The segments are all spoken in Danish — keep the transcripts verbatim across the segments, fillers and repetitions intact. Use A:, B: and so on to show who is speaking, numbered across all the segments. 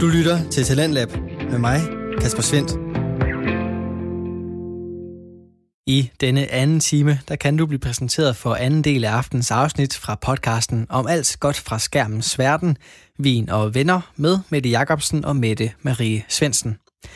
A: Du lytter til Talentlab med mig, Kasper Svendt. I denne anden time, der kan du blive præsenteret for anden del af aftens afsnit fra podcasten om alt godt fra skærmens verden, vin og venner med Mette Jacobsen og Mette Marie Svendsen.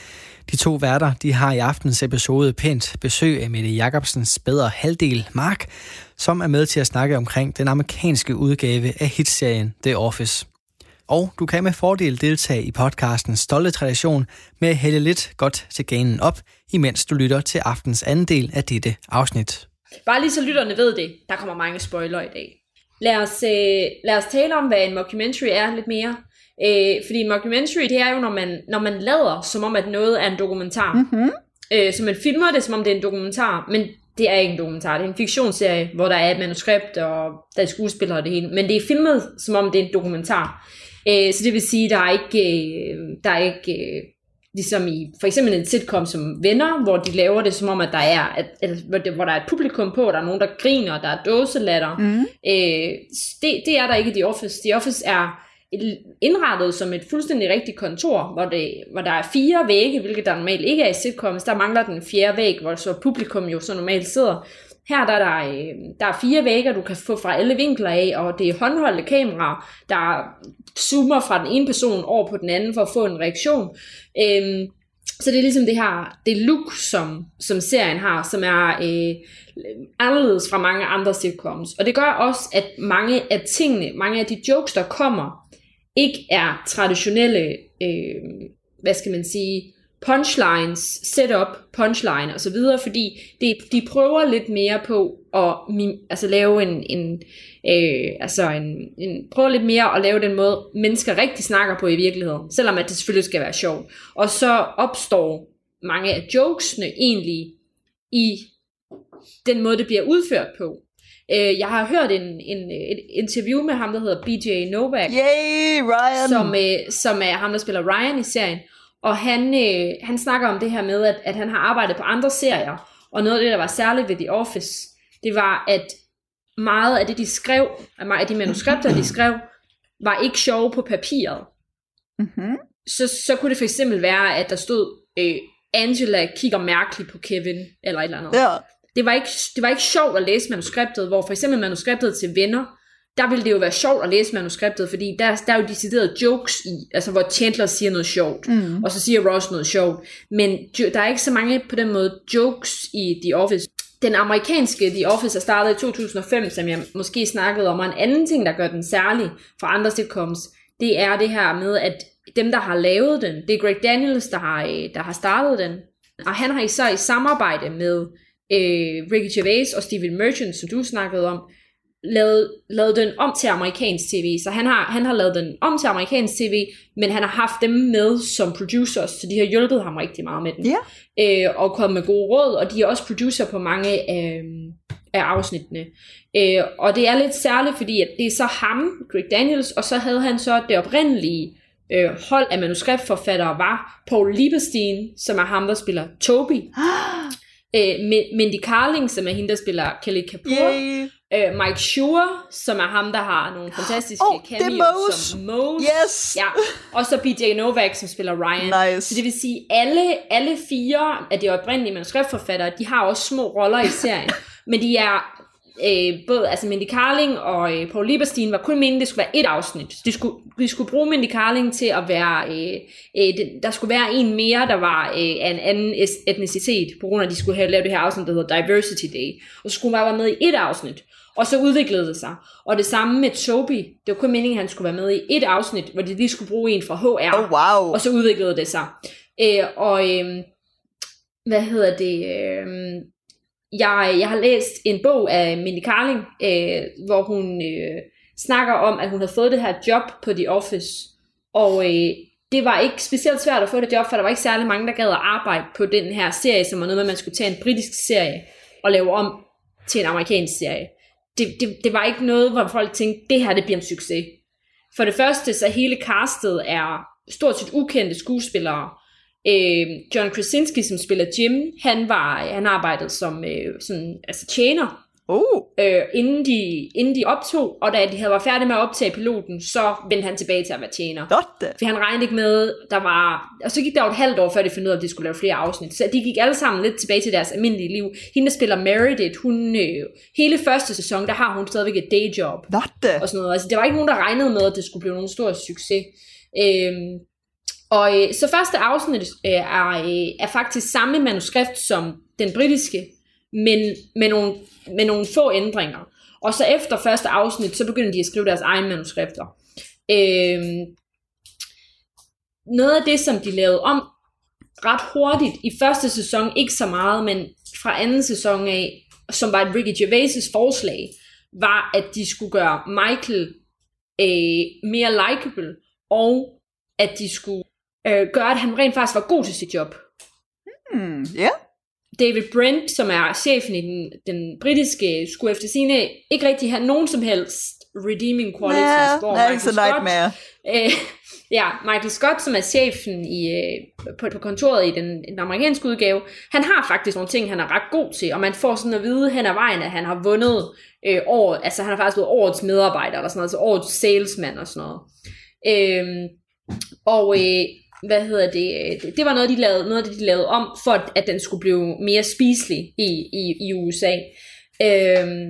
A: De to værter, de har i aftens episode pænt besøg af Mette Jacobsens bedre halvdel, Mark, som er med til at snakke omkring den amerikanske udgave af hitserien The Office. Og du kan med fordel deltage i podcastens stolte tradition med at hælde lidt godt til ganen op, imens du lytter til aftens anden del af dette afsnit.
B: Bare lige så lytterne ved det, der kommer mange spoiler i dag. Lad os, øh, lad os tale om, hvad en mockumentary er lidt mere. Øh, fordi en mockumentary, det er jo, når man, når man lader, som om at noget er en dokumentar.
C: Mm-hmm.
B: Øh, så man filmer det, som om det er en dokumentar, men det er ikke en dokumentar. Det er en fiktionsserie, hvor der er et manuskript, og der er skuespillere og det hele. Men det er filmet, som om det er en dokumentar. Øh, så det vil sige, der er ikke, øh, der er ikke øh, ligesom i for eksempel en sitcom som Venner, hvor de laver det som om, at der er, at, at, hvor der er et publikum på, der er nogen, der griner, der er dåselatter. Mm. Øh, det, det er der ikke i The Office. The Office er indrettet som et fuldstændig rigtigt kontor, hvor, det, hvor der er fire vægge, hvilket der normalt ikke er i sitcoms. Der mangler den fjerde væg, hvor så publikum jo så normalt sidder. Her der er der, øh, der er fire vægge, du kan få fra alle vinkler af, og det er håndholdte kameraer, der zoomer fra den ene person over på den anden for at få en reaktion. Øh, så det er ligesom det her, det look, som, som serien har, som er øh, anderledes fra mange andre sitcoms. Og det gør også, at mange af tingene, mange af de jokes, der kommer, ikke er traditionelle, øh, hvad skal man sige, punchlines, setup, punchline og så videre, fordi de, de prøver lidt mere på at altså lave en, en øh, altså en, en prøver lidt mere at lave den måde mennesker rigtig snakker på i virkeligheden, selvom at det selvfølgelig skal være sjovt. Og så opstår mange af jokesene egentlig i den måde det bliver udført på. Øh, jeg har hørt en, en, et interview med ham, der hedder B J Novak.
C: Yay, Ryan!
B: Som, øh, som er ham, der spiller Ryan i serien. Og han, øh, han snakker om det her med, at, at han har arbejdet på andre serier. Og noget af det, der var særligt ved The Office, det var, at meget af det, de skrev, meget af de manuskripter, de skrev, var ikke sjove på papiret.
C: Mm-hmm.
B: Så, så kunne det for eksempel være, at der stod, øh, Angela kigger mærkeligt på Kevin, eller et eller andet.
C: Ja.
B: Det var, ikke, det var ikke sjovt at læse manuskriptet, hvor for eksempel manuskriptet til Venner, der ville det jo være sjovt at læse manuskriptet, fordi der, der er jo deciderede jokes i, altså hvor Chandler siger noget sjovt, mm. og så siger Ross noget sjovt, men jo, der er ikke så mange på den måde jokes i The Office. Den amerikanske The Office er startet i to tusind og fem, som jeg måske snakkede om, og en anden ting, der gør den særlig fra andre sitcoms, det er det her med, at dem, der har lavet den, det er Greg Daniels, der har, der har startet den, og han har så i samarbejde med øh, Ricky Gervais og Stephen Merchant, som du snakkede om, Lavet, lavet den om til amerikansk tv. Så han har, han har lavet den om til amerikansk tv, men han har haft dem med som producers, så de har hjulpet ham rigtig meget med den.
C: Yeah.
B: Øh, og kommet med gode råd, og de er også producer på mange af, af afsnittene. Øh, og det er lidt særligt, fordi at det er så ham, Greg Daniels, og så havde han så det oprindelige øh, hold af manuskriptforfattere var Paul Lieberstein, som er ham, der spiller Toby. øh, Mindy Kaling, som er hende, der spiller Kelly Kapoor.
C: Yay.
B: Uh, Mike Schur, som er ham, der har nogle fantastiske
C: oh,
B: cameos som Mose.
C: Yes.
B: Ja. Og så B J Novak, som spiller Ryan.
C: Nice.
B: Så det vil sige, alle, alle fire af de oprindelige manuskriptforfattere, de har også små roller i serien. Men de er øh, både, altså Mindy Kaling og øh, Paul Lieberstein var kun meningen, det skulle være et afsnit. De skulle, de skulle bruge Mindy Kaling til at være, øh, øh, der skulle være en mere, der var øh, af en anden etnicitet, på grund af, at de skulle have lavet det her afsnit, der hedder Diversity Day. Og så skulle man være med i et afsnit. Og så udviklede det sig. Og det samme med Toby. Det var kun meningen, at han skulle være med i et afsnit, hvor de lige skulle bruge en fra H R.
C: Oh, wow.
B: Og så udviklede det sig. Øh, og øh, hvad hedder det? Øh, jeg, jeg har læst en bog af Mindy Kaling, øh, hvor hun øh, snakker om, at hun havde fået det her job på The Office. Og øh, det var ikke specielt svært at få det job, for der var ikke særlig mange, der gad at arbejde på den her serie, som var noget med, at man skulle tage en britisk serie og lave om til en amerikansk serie. Det, det, det var ikke noget, hvor folk tænkte, det her det bliver en succes. For det første, så hele castet er stort set ukendte skuespillere. Øh, John Krasinski, som spiller Jim, han var han arbejdede som øh, sådan, altså tjener
C: Oh.
B: øh, inden, de, inden de optog, og da de havde været færdige med at optage piloten, så vendte han tilbage til at være tjener.
C: Godt.
B: For han regnede ikke med, der var... Og så gik der jo et halvt år, før de fandt ud af, at de skulle lave flere afsnit. Så de gik alle sammen lidt tilbage til deres almindelige liv. Hende, der spiller Meredith, hun... Øh, hele første sæson, der har hun stadigvæk et dayjob.
C: Godt.
B: Og sådan noget. Altså, der var ikke nogen, der regnede med, at det skulle blive nogen stor succes. Øhm, og øh, så første afsnit øh, er, øh, er faktisk samme manuskript som den britiske, men med nogle, med nogle få ændringer. Og så efter første afsnit, så begynder de at skrive deres egne manuskripter. Øhm, noget af det, som de lavede om ret hurtigt i første sæson, ikke så meget, men fra anden sæson af, som var et Ricky Gervais' forslag, var, at de skulle gøre Michael øh, mere likable, og at de skulle øh, gøre, at han rent faktisk var god til sit job.
C: Hmm, yeah.
B: David Brent, som er chefen i den, den britiske, skulle efter sine ikke rigtig have nogen som helst redeeming qualities.
C: Nah,
B: hvor
C: nah,
B: Michael
C: it's a
B: Scott,
C: nightmare.
B: øh, ja, Michael Scott, som er chefen i, øh, på, på kontoret i den, den amerikanske udgave, han har faktisk nogle ting, han er ret god til, og man får sådan at vide hen ad vejen, at han har vundet øh, år, altså han har faktisk været årets medarbejder, eller sådan noget, altså årets salesman og sådan noget. Øh, og øh, hvad hedder det, det, det var noget, de lavede, noget af det, de lavede om, for at, at den skulle blive mere spiselig i, i, i U S A. Øhm,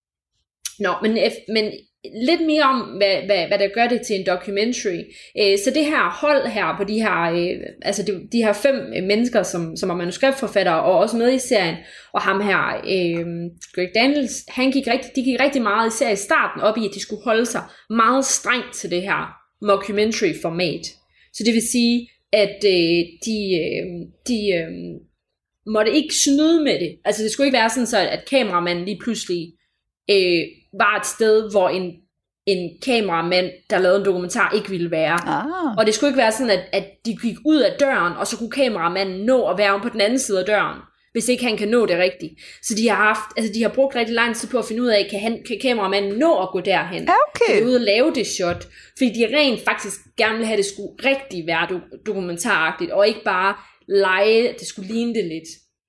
B: nå, men, men lidt mere om, hvad, hvad, hvad der gør det til en documentary. Øh, så det her hold her, på de her, øh, altså de, de her fem mennesker, som, som er manuskriptforfattere, og også med i serien, og ham her, øh, Greg Daniels, han gik rigtig, de gik rigtig meget, især i starten, op i, at de skulle holde sig meget strengt til det her mockumentary-format. Så det vil sige, at øh, de, øh, de øh, måtte ikke snyde med det. Altså det skulle ikke være sådan, så at kameramanden lige pludselig øh, var et sted, hvor en, en kameramand, der lavede en dokumentar, ikke ville være.
C: Ah.
B: Og det skulle ikke være sådan, at, at de gik ud af døren, og så kunne kameramanden nå at være på den anden side af døren, hvis ikke han kan nå det rigtigt. Så de har haft, altså de har brugt rigtig lang tid på at finde ud af, kan, han, kan kameramanden nå at gå derhen?
C: Okay.
B: Kan de ud og lave det shot? Fordi de rent faktisk gerne vil have, det skulle rigtig være do- dokumentaragtigt, og ikke bare lege, at det skulle ligne det lidt.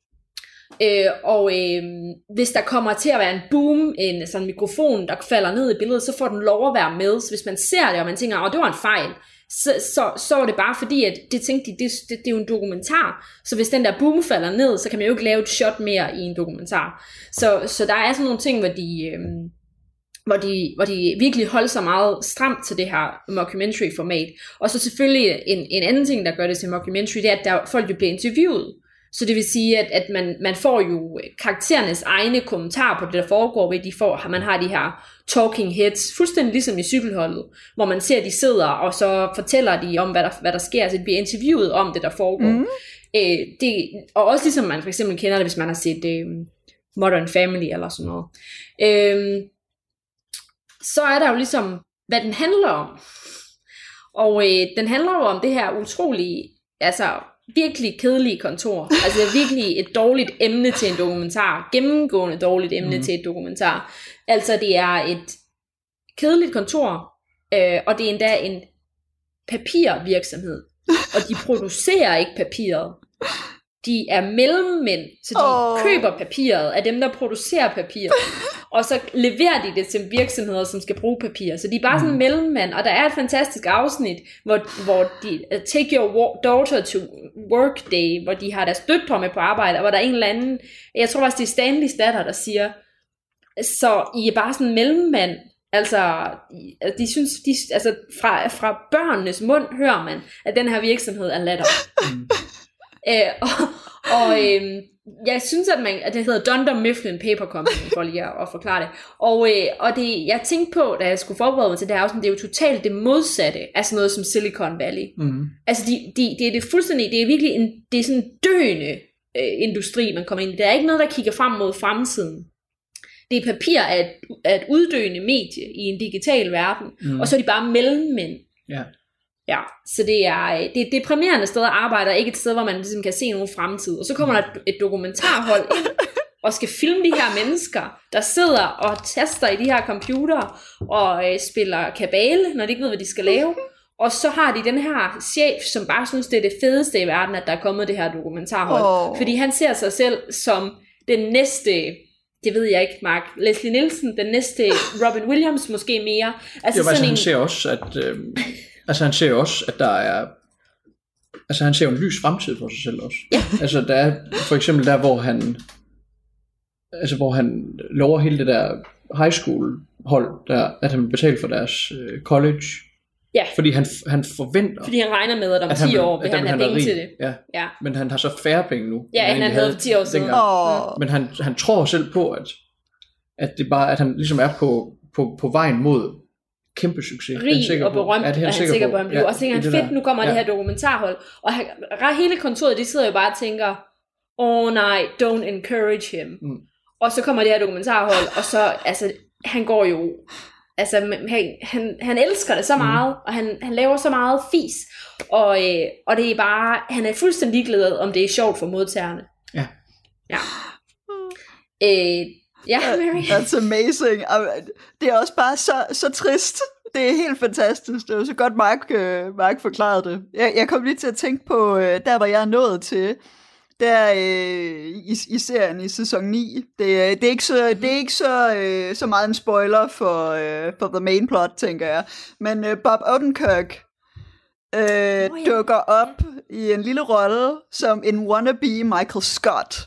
B: Øh, og øh, hvis der kommer til at være en boom, en sådan mikrofon, der falder ned i billedet, så får den lov at være med. Så hvis man ser det, og man tænker, åh, det var en fejl, så, så, så var det bare fordi, at det tænkte de, det, det, det er jo en dokumentar. Så hvis den der boom falder ned, så kan man jo ikke lave et shot mere i en dokumentar. Så, så der er sådan nogle ting, hvor de, øh, hvor de, hvor de virkelig holder sig meget stramt til det her mockumentary-format. Og så selvfølgelig en, en anden ting, der gør det til mockumentary, det er, at der, folk jo bliver interviewet. Så det vil sige, at, at man, man får jo karakterernes egne kommentarer på det, der foregår, ved de får, man har de her talking heads, fuldstændig ligesom i cykelholdet, hvor man ser, at de sidder, og så fortæller de om, hvad der, hvad der sker, så de bliver interviewet om det, der foregår. Mm. Øh, det, og også ligesom man for eksempel kender det, hvis man har set øh, Modern Family eller sådan noget. Øh, så er der jo ligesom, hvad den handler om. Og øh, den handler jo om det her utrolige, altså virkelig kedelige kontor. Altså det er virkelig et dårligt emne til en dokumentar. Gennemgående dårligt emne mm. til et dokumentar. Altså det er et kedeligt kontor, øh, og det er endda en papirvirksomhed. Og de producerer ikke papiret. De er mellemmænd, så de oh. køber papiret af dem, der producerer papiret. Og så leverer de det til virksomheder, som skal bruge papir. Så de er bare sådan en mellemmand. Og der er et fantastisk afsnit, hvor, hvor de uh, take your daughter to work day, hvor de har deres døtre med på arbejde, og hvor der er en eller anden, jeg tror faktisk det er Stanleys datter, der siger, så I er bare sådan en mellemmand. Altså, de synes, de, altså fra, fra børnenes mund hører man, at den her virksomhed er latter. Mm. Æ, og og øhm, jeg synes, at, man, at det hedder Dunder Mifflin Paper Company, for lige at, at forklare det. Og, øh, og det, jeg tænkte på, da jeg skulle forberede mig til det her afsnit, det er jo totalt det modsatte af sådan noget som Silicon Valley. Mm. Altså, de, de, det er det fuldstændig, det er virkelig en, det er sådan en døende øh, industri, man kommer ind i. Der er ikke noget, der kigger frem mod fremtiden. Det er papir af et, af et uddøende medie i en digital verden, mm. og så er de bare mellemmænd. Ja. Ja, så det er, det er et deprimerende sted at arbejde, og ikke et sted, hvor man ligesom kan se nogen fremtid. Og så kommer der et, et dokumentarhold ind, og skal filme de her mennesker, der sidder og taster i de her computere, og øh, spiller kabale, når de ikke ved, hvad de skal lave. Og så har de den her chef, som bare synes, det er det fedeste i verden, at der er kommet det her dokumentarhold. Oh. Fordi han ser sig selv som den næste, det ved jeg ikke, Mark. Leslie Nielsen, den næste Robin Williams måske mere.
D: Altså, jo, altså en... han ser også, at øh, altså han ser også, at der er, altså han ser jo en lys fremtid for sig selv også.
B: Ja.
D: Altså der er for eksempel der, hvor han, altså hvor han lover hele det der high school hold, der, at han vil betale for deres øh, college.
B: Ja.
D: Fordi han, han forventer...
B: Fordi han regner med, at om ti år vil han have penge til det.
D: Ja.
B: Ja.
D: Men han har så færre penge nu.
B: Ja, end han havde for ti år siden.
C: Oh.
D: Men han, han tror selv på, at, at, det bare, at han ligesom er på, på, på vejen mod kæmpe succes.
B: Rig og berømt,
D: er
B: han er han sikker på, at han bliver.
D: Ja,
B: og så tænker han, fedt, der. Nu kommer ja. det her dokumentarhold. Og han, hele kontoret, de sidder jo bare og tænker, oh nej, don't encourage him. Mm. Og så kommer det her dokumentarhold, og så, altså, han går jo... Altså, han, han, han elsker det så meget, mm. og han, han laver så meget fis, og, øh, og det er bare, han er fuldstændig ligeglad, om det er sjovt for modtagerne.
D: Ja.
B: Ja. Øh, ja, Mary.
C: That's amazing. Det er også bare så, så trist. Det er helt fantastisk. Det var så godt, Mark, Mark forklarede det. Jeg, jeg kom lige til at tænke på, der hvor jeg er nået til, der øh, i, i serien i sæson ni. Det, det er ikke så det er ikke så øh, så meget en spoiler for øh, for the main plot, tænker jeg. Men øh, Bob Odenkirk øh, oh, ja. dukker op i en lille rolle som en wannabe Michael Scott.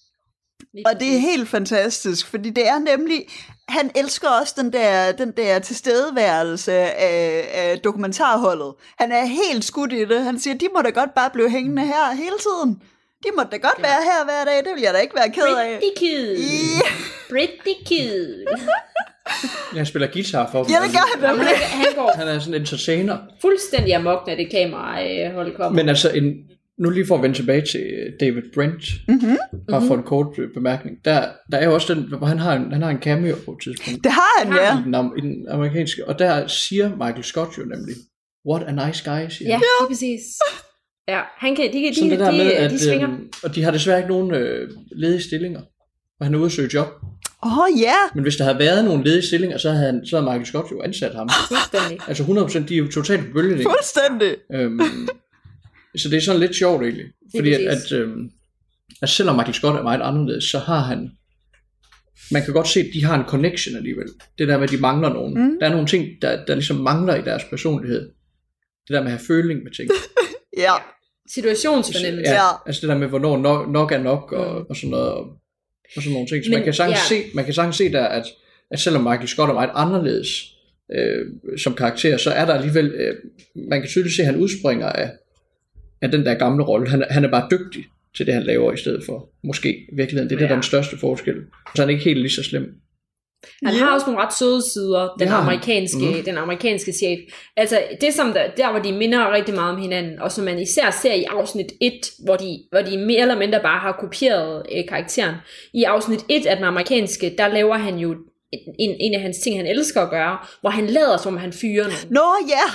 C: Og det er helt fantastisk, fordi det er nemlig, han elsker også den der, den der tilstedeværelse af, af dokumentarholdet. Han er helt skudt i det. Han siger, de må da godt bare blive hængende her hele tiden. De må da godt være her hver dag, det vil jeg da ikke være ked af.
B: Pretty cool. Yeah. Pretty cool.
D: Jeg spiller guitar for dem.
C: Ja, det gør han nemlig.
B: Han, går
D: han er sådan en entertainer.
B: Fuldstændig amok, når det kamera hold kommer.
D: Men altså, en, nu lige for at vende tilbage til David Brent, mm-hmm. bare for en kort bemærkning. Der, der er jo også den, hvor han har en, han har en cameo på et tidspunkt.
C: Det har han, ja.
D: I den, i den amerikanske, og der siger Michael Scott jo nemlig, what a nice guy, siger
B: ja, det er præcis. Ja, han kan, de, de, de,
D: det der
B: de,
D: med, at,
B: de svinger.
D: Øh, og de har desværre ikke nogen øh, ledige stillinger, og han er ude at søge job.
C: Åh, oh, ja. Yeah.
D: Men hvis der havde været nogle ledige stillinger, så havde, han, så havde Michael Scott jo ansat ham.
B: Fuldstændig.
D: Altså hundrede procent, de er jo totalt på bølgelængde.
C: Fuldstændig.
D: Øhm, så det er sådan lidt sjovt egentlig. Fordi at, at, øhm, at selvom Michael Scott er meget anderledes, så har han, man kan godt se, at de har en connection alligevel. Det der med, at de mangler nogen. Mm. Der er nogle ting, der, der ligesom mangler i deres personlighed. Det der med at have føling med ting.
C: Ja.
B: Situationsfornemmelse.
D: Ja, altså det der med, hvornår nok, nok er nok, og, mm. og sådan noget, og, og sådan nogle ting. Så Men, man kan sagtens ja. se, man kan sagtens se der, at, at selvom Michael Scott er meget anderledes øh, som karakter, så er der alligevel, øh, man kan tydeligt se, at han udspringer af, af den der gamle rolle. Han, han er bare dygtig til det, han laver i stedet for, måske i virkeligheden. Det er ja. det, der er den største forskel. Så han er ikke helt lige så slem.
B: Han yeah. har også nogle ret søde sider, den amerikanske, mm. den amerikanske chef. Altså det som der, der hvor de minder rigtig meget om hinanden, og som man især ser i afsnit et, hvor de, hvor de mere eller mindre bare har kopieret øh, karakteren. I afsnit et af den amerikanske, der laver han jo en, en af hans ting, han elsker at gøre, hvor han lader som han fyrer nogen.
C: Nå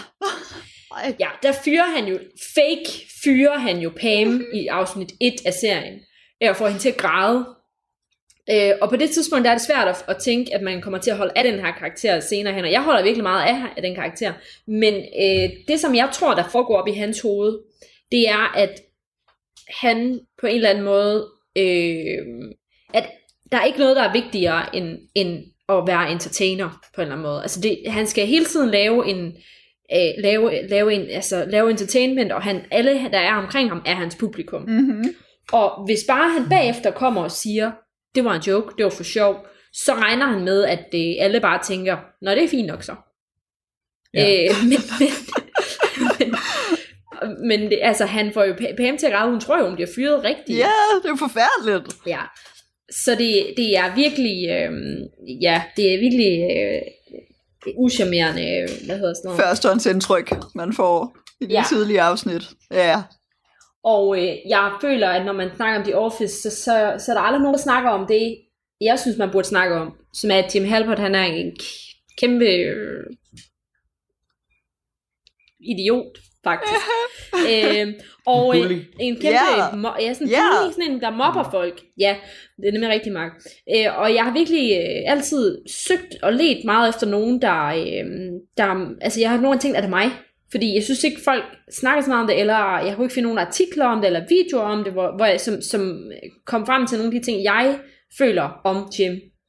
C: ja!
B: Ja, der fyrer han jo, fake fyrer han jo Pam i afsnit et af serien, og får hende til at græde. Øh, og på det tidspunkt der er det svært at, at tænke, at man kommer til at holde af den her karakter senere hen, og jeg holder virkelig meget af, af den karakter, men øh, det som jeg tror, der foregår op i hans hoved, det er, at han på en eller anden måde, øh, at der er ikke noget, der er vigtigere end, end at være entertainer på en eller anden måde. Altså det, han skal hele tiden lave en, øh, lave, lave en, altså lave entertainment, og han, alle der er omkring ham er hans publikum.
C: Mm-hmm. Og
B: hvis bare han bagefter kommer og siger, det var en joke, det var for sjov, så regner han med, at det, alle bare tænker, nå, det er fint nok så. Ja. Øh, men men, men, men det, altså, han får jo Pam til at græde, hun tror jo, hun bliver fyret rigtigt.
C: Ja, det er jo forfærdeligt.
B: Ja, så det, det er virkelig, øh, ja, det er virkelig øh, uschammerende, hvad hedder sådan noget?
C: Førstehåndsindtryk, man får i de ja. tidlige afsnit. Ja.
B: Og øh, jeg føler, at når man snakker om The Office, så, så, så er der aldrig nogen, der snakker om det, jeg synes, man burde snakke om. Som er, at Jim Halpert, han er en kæmpe øh, idiot, faktisk. øh, og øh, en kæmpe, yeah. mo- ja, sådan en
C: yeah.
B: bully, sådan en, der mobber folk. Ja, det er nemlig rigtig meget. Øh, og jeg har virkelig øh, altid søgt og ledt meget efter nogen, der, øh, der altså jeg har nogle tænkt, at det er mig. Fordi jeg synes ikke, folk snakker så meget om det, eller jeg kunne ikke finde nogle artikler om det, eller videoer om det, hvor, hvor jeg, som, som kom frem til nogle af de ting, jeg føler om Jim.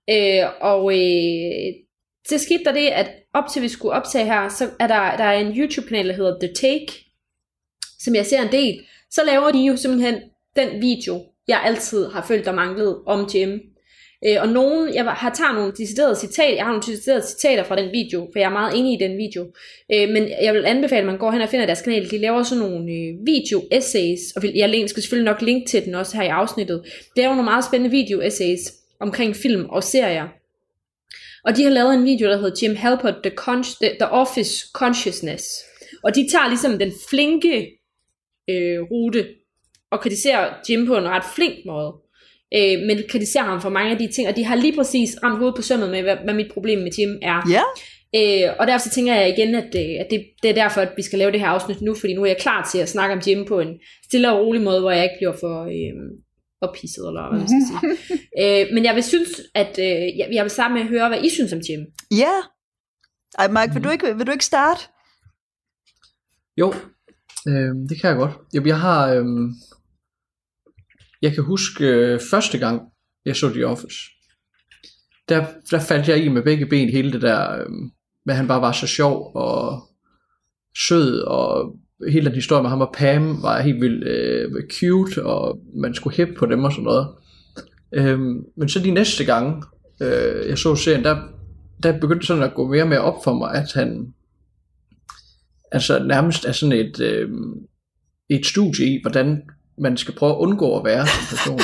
B: Øh, og øh, så skete der det, at op til vi skulle optage her, så er der, der er en YouTube-kanal, der hedder The Take, som jeg ser en del. Så laver de jo simpelthen den video, jeg altid har følt, der manglede om Jim. Øh, og nogen, jeg har taget nogle deciderede citater, jeg har nogle deciderede citater fra den video, for jeg er meget enig i den video. Øh, men jeg vil anbefale, at man går hen og finder deres kanal. De laver sådan nogle øh, video-essays, og jeg skal selvfølgelig nok linke til den også her i afsnittet. De laver nogle meget spændende video-essays omkring film og serier. Og de har lavet en video, der hedder Jim Halpert, The, Con- The, The Office Consciousness. Og de tager ligesom den flinke øh, rute og kritiserer Jim på en ret flink måde. Øh, men kritiserer ham for mange af de ting, og de har lige præcis ramt hovedet på sømmet med, hvad, hvad mit problem med Jim er.
C: Ja.
B: Øh, og derfor så tænker jeg igen, at, øh, at det, det er derfor, at vi skal lave det her afsnit nu, fordi nu er jeg klar til at snakke om Jim på en stille og rolig måde, hvor jeg ikke bliver for øh, ophidset, eller hvad man skal sige. øh, men jeg vil synes, at øh, jeg, jeg vil starte med at høre, hvad I synes om Jim.
C: Ja. Ej, Mike, vil du ikke, vil du ikke starte?
D: Jo, øh, det kan jeg godt. Jeg, jeg har... Øh... Jeg kan huske øh, første gang, jeg så The Office. Der, der faldt jeg i med begge ben hele det der, øh, hvad han bare var så sjov og sød, og hele den historie med ham og Pam var helt vildt øh, cute, og man skulle hæppe på dem og sådan noget. Øh, men så de næste gange, øh, jeg så serien, der, der begyndte sådan at gå mere og mere op for mig, at han altså nærmest er sådan et, øh, et studie i, hvordan man skal prøve at undgå at være som person.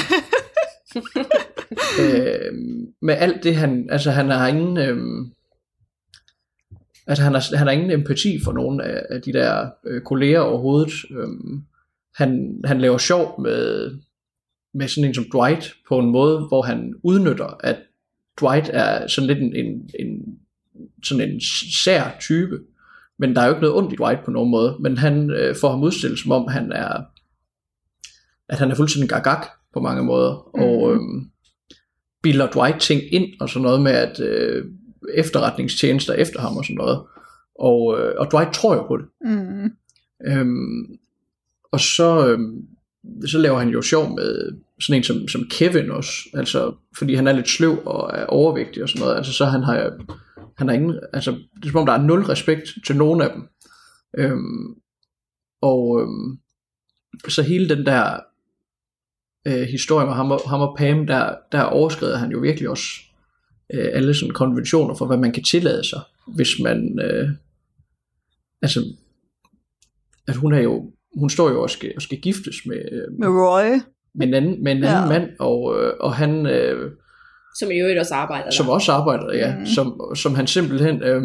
D: øh, med alt det han, altså han har ingen øh, altså han har, han har ingen empati for nogen af, af de der øh, kolleger overhovedet. øh, han, han laver sjov med med sådan en som Dwight på en måde, hvor han udnytter, at Dwight er sådan lidt en, en, en sådan en sær type, men der er jo ikke noget ondt i Dwight på nogen måde, men han øh, får ham udstillet som om han er at han er fuldstændig gagag på mange måder, mm. og øhm, bilder Dwight ting ind, og sådan noget med, at øh, efterretningstjenester efter ham og sådan noget, og, øh, og Dwight tror jo på det. Mm. Øhm, og så, øhm, så laver han jo sjov med sådan en som, som Kevin også, altså, fordi han er lidt sløv og er overvægtig og sådan noget, altså så han har, han har ingen, altså det er som om der er nul respekt til nogen af dem. Øhm, og øhm, så hele den der Øh, historie med ham og, ham og Pam, der, der overskrider han jo virkelig også øh, alle sådan konventioner for, hvad man kan tillade sig, hvis man øh, altså at hun er jo hun står jo og skal, og skal giftes med øh,
C: med Roy
D: med en anden, med en anden ja. mand, og, øh, og han øh,
B: som i øvrigt også arbejder
D: som
B: der.
D: også arbejder, ja, mm. som, som han simpelthen øh,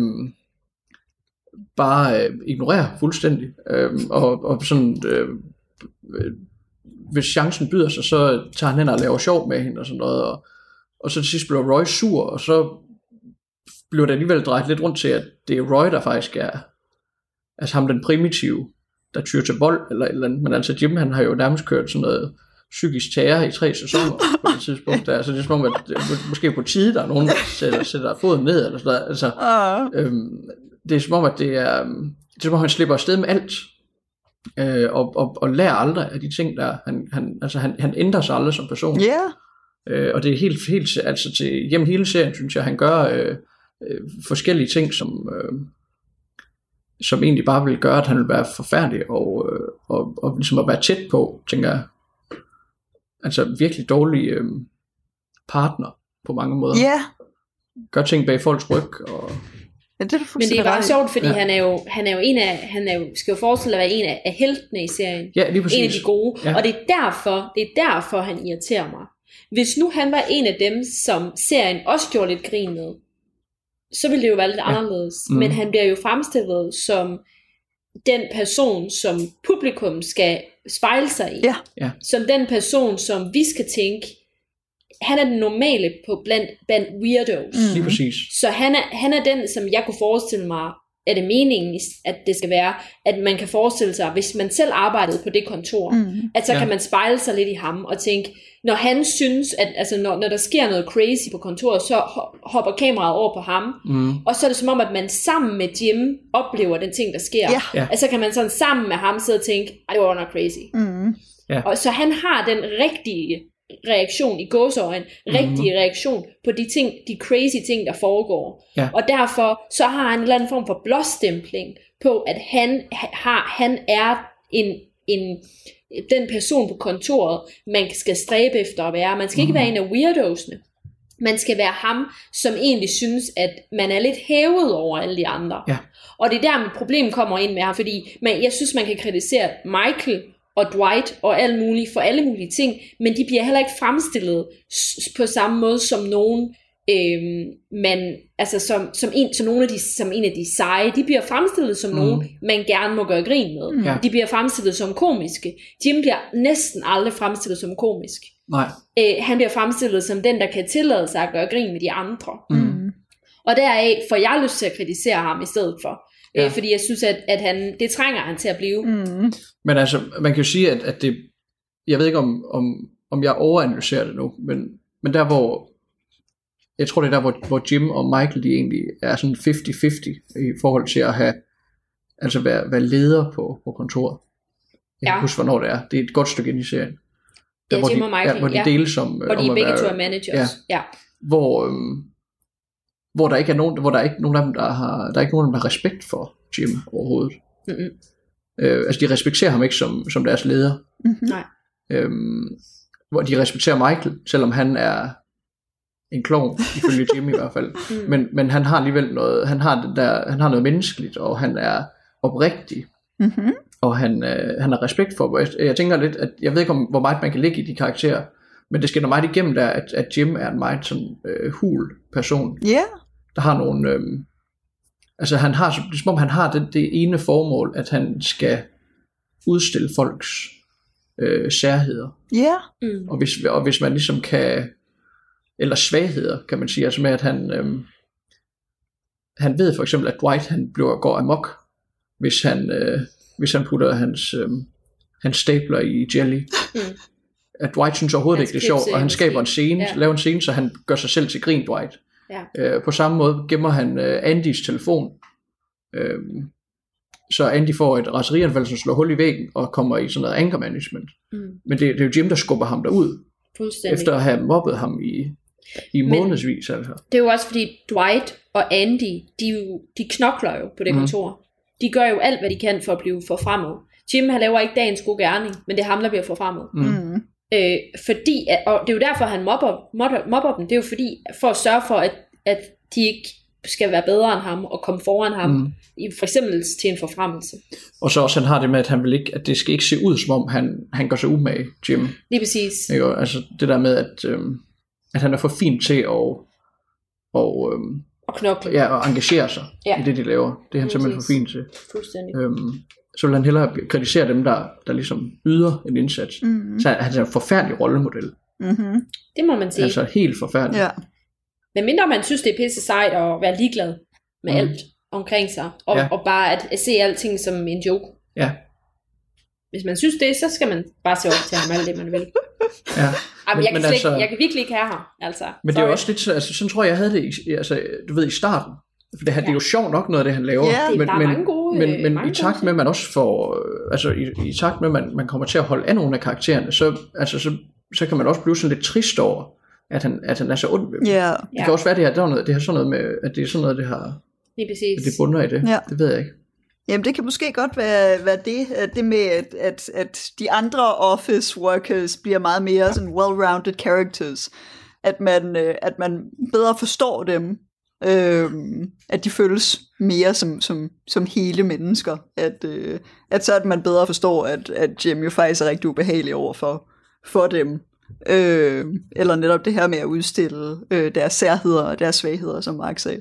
D: bare øh, ignorerer fuldstændig, øh, og, og sådan øh, øh, hvis chancen byder sig, så tager han hen og laver sjov med hende og sådan noget, og, og så til sidst bliver Roy sur, og så bliver det alligevel drejet lidt rundt til, at det er Roy, der faktisk er altså ham den primitive, der tyr til vold eller et eller andet, men altså Jim, han har jo nærmest kørt sådan noget psykisk terror i tre sæsoner på det tidspunkt, der, altså det er som om, at det, måske på tide, der er nogen, der sætter, sætter foden ned, eller sådan noget, altså uh. øhm, det er som om, at det er, det er som om, han slipper afsted med alt, Øh, og, og, og lærer aldrig af de ting der han, han, altså han, han ændrer sig aldrig som person.
C: Yeah.
D: øh, og det er helt, helt altså til gennem hele serien synes jeg han gør øh, øh, forskellige ting som øh, som egentlig bare vil gøre at han vil være forfærdelig og, øh, og, og ligesom at være tæt på, tænker jeg, altså virkelig dårlig øh, partner på mange måder.
C: Ja. Yeah.
D: Gør ting bag folks ryg og
C: ja, det er
B: men det er ret sjovt, fordi ja. han er jo han er jo en af han er jo, skal jo forestille at være en af, af heltene i serien.
D: Ja, lige præcis.
B: En af de gode. Ja. Og det er derfor, det er derfor han irriterer mig. Hvis nu han var en af dem, som serien også gjorde lidt grin med, så ville det jo være lidt ja. anderledes. Mm. Men han bliver jo fremstillet som den person, som publikum skal spejle sig i.
C: Ja.
D: Ja.
B: Som den person, som vi skal tænke, han er den normale på blandt, blandt weirdos.
D: Mm. Lige præcis.
B: Så han er, han er den, som jeg kunne forestille mig, er det meningen, at det skal være, at man kan forestille sig, hvis man selv arbejdede på det kontor, mm. at så ja. kan man spejle sig lidt i ham, og tænke, når han synes, at altså, når, når der sker noget crazy på kontoret, så hopper kameraet over på ham, mm. og så er det som om, at man sammen med Jim oplever den ting, der sker.
C: Ja.
B: Ja. Altså kan man sådan sammen med ham sidde og tænke, ej, det var nok crazy.
C: Mm.
D: Ja.
B: Og så han har den rigtige reaktion i gåseøjne, mm-hmm. rigtig reaktion på de ting, de crazy ting, der foregår.
D: Ja.
B: Og derfor så har han en eller anden form for blåstempling på, at han, har, han er en, en, den person på kontoret, man skal stræbe efter at være. Man skal ikke mm-hmm. være en af weirdosene. Man skal være ham, som egentlig synes, at man er lidt hævet over alle de andre.
D: Ja.
B: Og det er der, mit problem kommer ind med ham, fordi man, jeg synes, man kan kritisere Michael og Dwight og alt muligt for alle mulige ting, men de bliver heller ikke fremstillet på samme måde som nogen, øhm, man, altså som, som, en, som, nogle af de, som en af de seje. De bliver fremstillet som mm. nogen, man gerne må gøre grin med. Mm. De bliver fremstillet som komiske. Jim bliver næsten aldrig fremstillet som komisk.
D: Nej.
B: Øh, han bliver fremstillet som den, der kan tillade sig at gøre grin med de andre.
D: Mm.
B: Og deraf får jeg lyst til at kritisere ham i stedet for.
D: Ja.
B: Øh, fordi jeg synes, at, at han, det trænger han til at blive.
C: Mm.
D: Men altså, man kan jo sige, at, at det, jeg ved ikke om, om, om jeg overanalyserer det nu, men, men der hvor, jeg tror det er der, hvor, hvor Jim og Michael, de egentlig er sådan halvtreds halvtreds i forhold til at have, altså være, være leder på, på kontoret. Jeg kan
B: Ja.
D: huske, hvornår det er. Det er et godt stykke ind i serien.
B: Ja,
D: hvor
B: Jim
D: de,
B: og Michael,
D: ja, hvor de
B: ja.
D: deles om,
B: Og de
D: om
B: er
D: at
B: begge
D: være,
B: to er managers.
D: Ja.
B: Ja.
D: Hvor, øhm, hvor der ikke er nogen, hvor der er ikke nogen af dem, der har, der er ikke nogen af dem, der har respekt for Jim overhovedet.
B: Mm-hmm.
D: Øh, altså de respekterer ham ikke som, som deres leder.
C: Mm-hmm.
B: Nej.
D: Øhm, hvor de respekterer Michael, selvom han er en klovn, ifølge Jim i hvert fald.
B: Mm.
D: Men, men han har alligevel noget, han har, det der, han har noget menneskeligt, og han er oprigtig,
C: Mm-hmm.
D: og han, øh, han har respekt for. Jeg, jeg tænker lidt, at jeg ved ikke, om, hvor meget man kan lægge i de karakterer, men det skinner meget igennem der, at, at Jim er en meget sådan øh, hul person,
C: Ja.
D: der har nogle, øh, altså han har, det er som om han har det, det ene formål, at han skal udstille folks øh, særheder.
C: Ja.
B: Mm.
D: Og hvis, og hvis man ligesom kan, eller svagheder, kan man sige, altså med at han, øhm, han ved for eksempel, at Dwight han bliver, går amok, hvis han, øh, hvis han putter hans, øhm, hans stapler i jelly.
B: Mm.
D: At Dwight synes overhovedet
B: Hans
D: ikke, det er sjovt, og han skaber en scene,
B: Ja.
D: laver en scene, så han gør sig selv til grin, Dwight.
B: Ja.
D: Øh, på samme måde gemmer han øh, Andys telefon, øh, så Andy får et raserianfald, som slår hul i væggen, og kommer i sådan noget anger management.
B: Mm.
D: Men det, det er jo Jim, der skubber ham derud,
B: Fuldstændig.
D: efter at have mobbet ham i, i
B: Men-
D: månedsvis. Altså.
B: Det er jo også fordi Dwight og Andy, de, er jo, de knokler jo på det
D: Mhm.
B: kontor. De gør jo alt, hvad de kan for at blive forfremmet. Jim, han laver ikke dagens gode gerning, men det er ham, der bliver forfremmet.
D: Mm.
C: Mm.
B: Øh, fordi, at- og det er jo derfor, han mobber, mobber, mobber dem. Det er jo fordi, for at sørge for, at, at de ikke skal være bedre end ham, og komme foran ham,
D: Mm.
B: i, for eksempel til en forfremmelse.
D: Og så også han har det med, at han vil ikke, at det skal ikke se ud, som om han, han gør sig umage, Jim.
B: Lige præcis.
D: Ikke? Og altså det der med, at, øhm, at han er for fin til at og, øhm,
B: Og knokle.
D: ja, at engagere sig
B: Ja.
D: i det, de laver. Det er han simpelthen for
B: Præcis.
D: fin til.
B: Fuldstændig.
D: Øhm, så vil han hellere kritisere dem, der, der ligesom yder en indsats.
C: Mm.
D: Så han er en forfærdelig rollemodel.
C: Mm-hmm.
B: Det må man sige.
D: Altså helt forfærdelig.
C: Ja.
B: Men mindre man synes, det er pisse sejt at være ligeglad med
D: Mm.
B: alt omkring sig, og,
D: Ja.
B: og bare at, at se alting som en joke.
D: Ja.
B: Hvis man synes det, så skal man bare se op til ham alt det, man vil.
D: Ja.
B: Ej, men,
D: Men-
B: jeg, kan
D: men
B: slet,
D: altså-
B: ikke, jeg kan virkelig ikke have ham. Altså,
D: Men det er jo
B: sorry.
D: også lidt, så- altså sådan tror jeg, jeg havde det, i, altså, du ved, i starten. For det, her, det er jo sjovt nok noget af det, han laver.
C: Ja.
B: Det-
D: men,
B: der er
D: men,
B: mange gode,
D: men,
B: øh,
D: men
B: mange
D: i takt
B: gode
D: med, at man også får, øh, altså i, i takt med, at man, man kommer til at holde af nogle af karaktererne, så, altså, så, så kan man også blive sådan lidt trist over, at han, at han er så ond ved dem.
C: Ja.
D: Det kan også være, det her, det er noget, det har sådan noget med, at det er sådan noget, det har,
B: Lige præcis.
D: at det bunder i det.
C: Ja.
D: Det ved jeg ikke.
C: Jamen det kan måske godt være, være det, at det med, at, at, at de andre office workers bliver meget mere sådan well-rounded characters. At man, øh, at man bedre forstår dem. Øh, at de føles mere som, som, som hele mennesker. At, øh, at så at man bedre forstår, at, at Jim jo faktisk er rigtig ubehagelig over for, for dem. Øh, eller netop det her med at udstille øh, deres særheder og deres svagheder, som Mark sagde.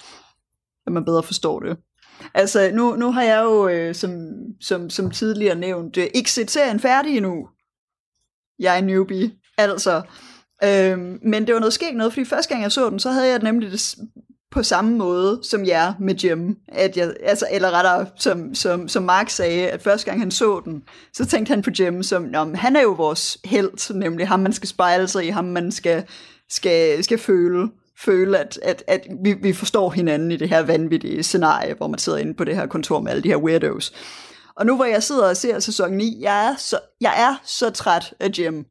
C: At man bedre forstår det. Altså, nu, nu har jeg jo, øh, som, som, som tidligere nævnt, øh, ikke set serien færdig endnu. Jeg er newbie, altså. Øh, men det var noget skægt noget, fordi første gang jeg så den, så havde jeg nemlig det s- på samme måde som jer med Jim. At jeg, altså, eller rettere, som, som, som Mark sagde, at første gang han så den, så tænkte han på Jim som, nå, men han er jo vores helt, nemlig ham, man skal spejle sig i, ham, man skal, skal, skal føle. føle, at, at, at vi, vi forstår hinanden i det her vanvittige scenarie, hvor man sidder inde på det her kontor med alle de her weirdos. Og nu hvor jeg sidder og ser sæson ni, jeg er så, jeg er så træt af Jim.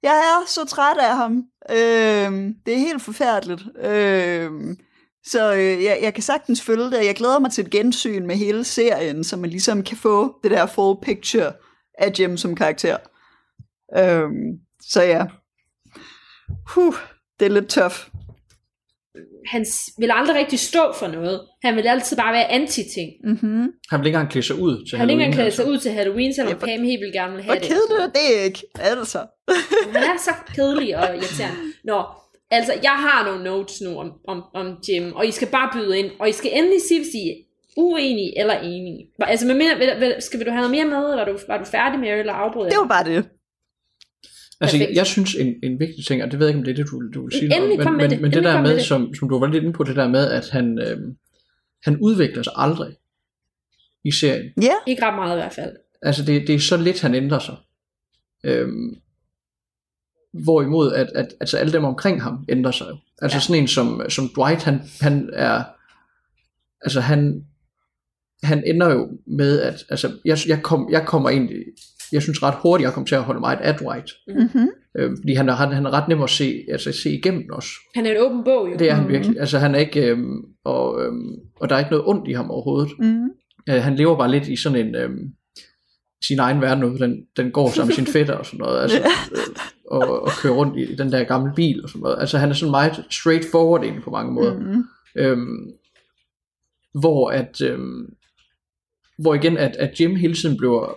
C: Jeg er så træt af ham. Øh, det er helt forfærdeligt. Øh, så øh, jeg, jeg kan sagtens følge det. Jeg glæder mig til et gensyn med hele serien, så man ligesom kan få det der full picture af Jim som karakter. Øh, så ja. Huh, det er lidt tough.
B: Han vil aldrig rigtig stå for noget. Han vil altid bare være anti-ting.
C: Mm-hmm.
D: Han vil ikke engang klæde sig ud til
B: Han vil ikke engang klæde
D: altså.
B: sig ud til Halloween, selvom
C: Ja,
B: Pam helt vil gerne vil have
C: Hvor
B: det.
C: kedeligt er det ikke? Altså.
B: Han er så kedelig og irriterende. Nå, altså, jeg har nogle notes nu om, om, om Jim, og I skal bare byde ind, og I skal endelig sige, hvis I er uenige eller enige. Altså, med mere, vil, vil, skal vil du have noget mere med, eller var du, var du færdig med, eller afbryde?
C: Det var bare det.
D: Altså, jeg,
B: Perfekt.
D: jeg synes, en, en vigtig ting, og det ved jeg ikke, om det er det, du, du vil sige noget om,
B: Endelig kom
D: men,
B: med
D: men,
B: det.
D: men det
B: Endelig
D: der
B: kom med
D: med,
B: det.
D: som, som du var lidt inde på, det der med, at han, øh, han udvikler sig aldrig i serien.
C: Ja.
B: Ikke ret meget i hvert fald.
D: Altså, det, det er så lidt, han ændrer sig. Øhm, hvorimod, at, at altså, alle dem omkring ham ændrer sig jo. Altså,
B: Ja.
D: sådan en som, som Dwight, han, han er, altså, han, han ender jo med, at, altså, jeg, jeg, kom, jeg kommer egentlig, jeg synes ret hurtigt, jeg kommer til at holde meget af Dwight.
C: Mm-hmm.
D: Øh, fordi han er, han, han er ret nem at se, altså, se igennem os.
B: Han er en åben bog, jo.
D: Det er han
C: Mhm.
D: virkelig. Altså han er ikke, øhm, og, øhm, og der er ikke noget ondt i ham overhovedet.
C: Mm-hmm.
D: Øh, han lever bare lidt i sådan en, øhm, sin egen verden ud. Den, den går sammen med sin fætter og sådan noget. Altså, øh, og, og kører rundt i, i den der gamle bil og sådan noget. Altså han er sådan meget straightforward egentlig på mange måder.
C: Mm-hmm.
D: Øhm, hvor at, øhm, hvor igen, at, at Jim hele tiden bliver,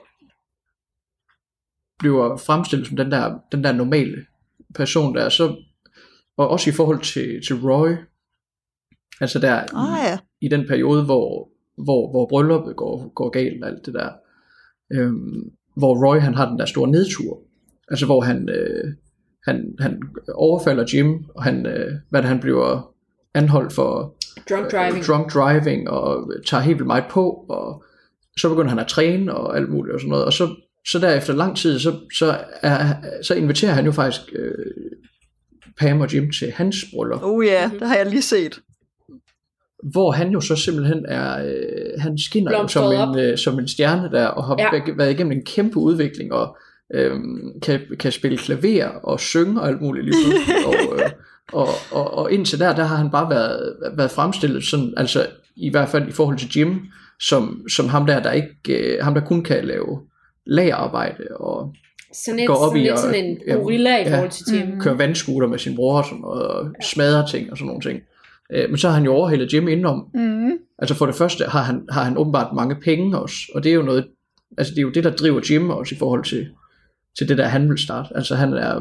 D: bliver fremstillet som den der, den der normale person der, så, og også i forhold til, til Roy, altså der
C: Ah,
D: i,
C: ja.
D: i den periode, hvor, hvor, hvor brylluppet går, går galt og alt det der, øhm, hvor Roy han har den der store nedtur, altså hvor han, øh, han, han overfalder Jim, og han, øh, hvad det, han bliver anholdt for
B: Drunk driving.
D: øh, drunk driving, og tager helt vildt meget på, og så begynder han at træne og alt muligt og sådan noget, og så, så derefter lang tid, så, så, er, så inviterer han jo faktisk øh, Pam og Jim til hans bryllup,
C: Oh ja, det har jeg lige set.
D: hvor han jo så simpelthen er, øh, han skinner jo som
B: Blomstret
D: en, øh, som en stjerne der, og har
B: Ja.
D: ja. været igennem en kæmpe udvikling, og øh, kan, kan spille klaver og synge og alt muligt lige pludselig, og, øh, og, og, og indtil der, der har han bare været, været fremstillet sådan, altså i hvert fald i forhold til Jim, som, som ham der, der ikke, øh, ham der kun kan lave lagerarbejde og
B: Sådan lidt,
D: går op
B: sådan,
D: i
B: lidt
D: og-
B: sådan en
D: ja,
B: gorilla i
D: ja.
B: forhold til Jim.
C: Mm.
D: køre vandscooter med sin bror og sådan noget, og smadre ting og sådan nogle ting. Øh, men så har han jo overhældet Jim indenom.
C: Mm-hmm.
D: Altså for det første har han, har han åbenbart mange penge også, og det er jo noget, altså det er jo det, der driver Jim også i forhold til, til det der, han vil starte. Altså han er,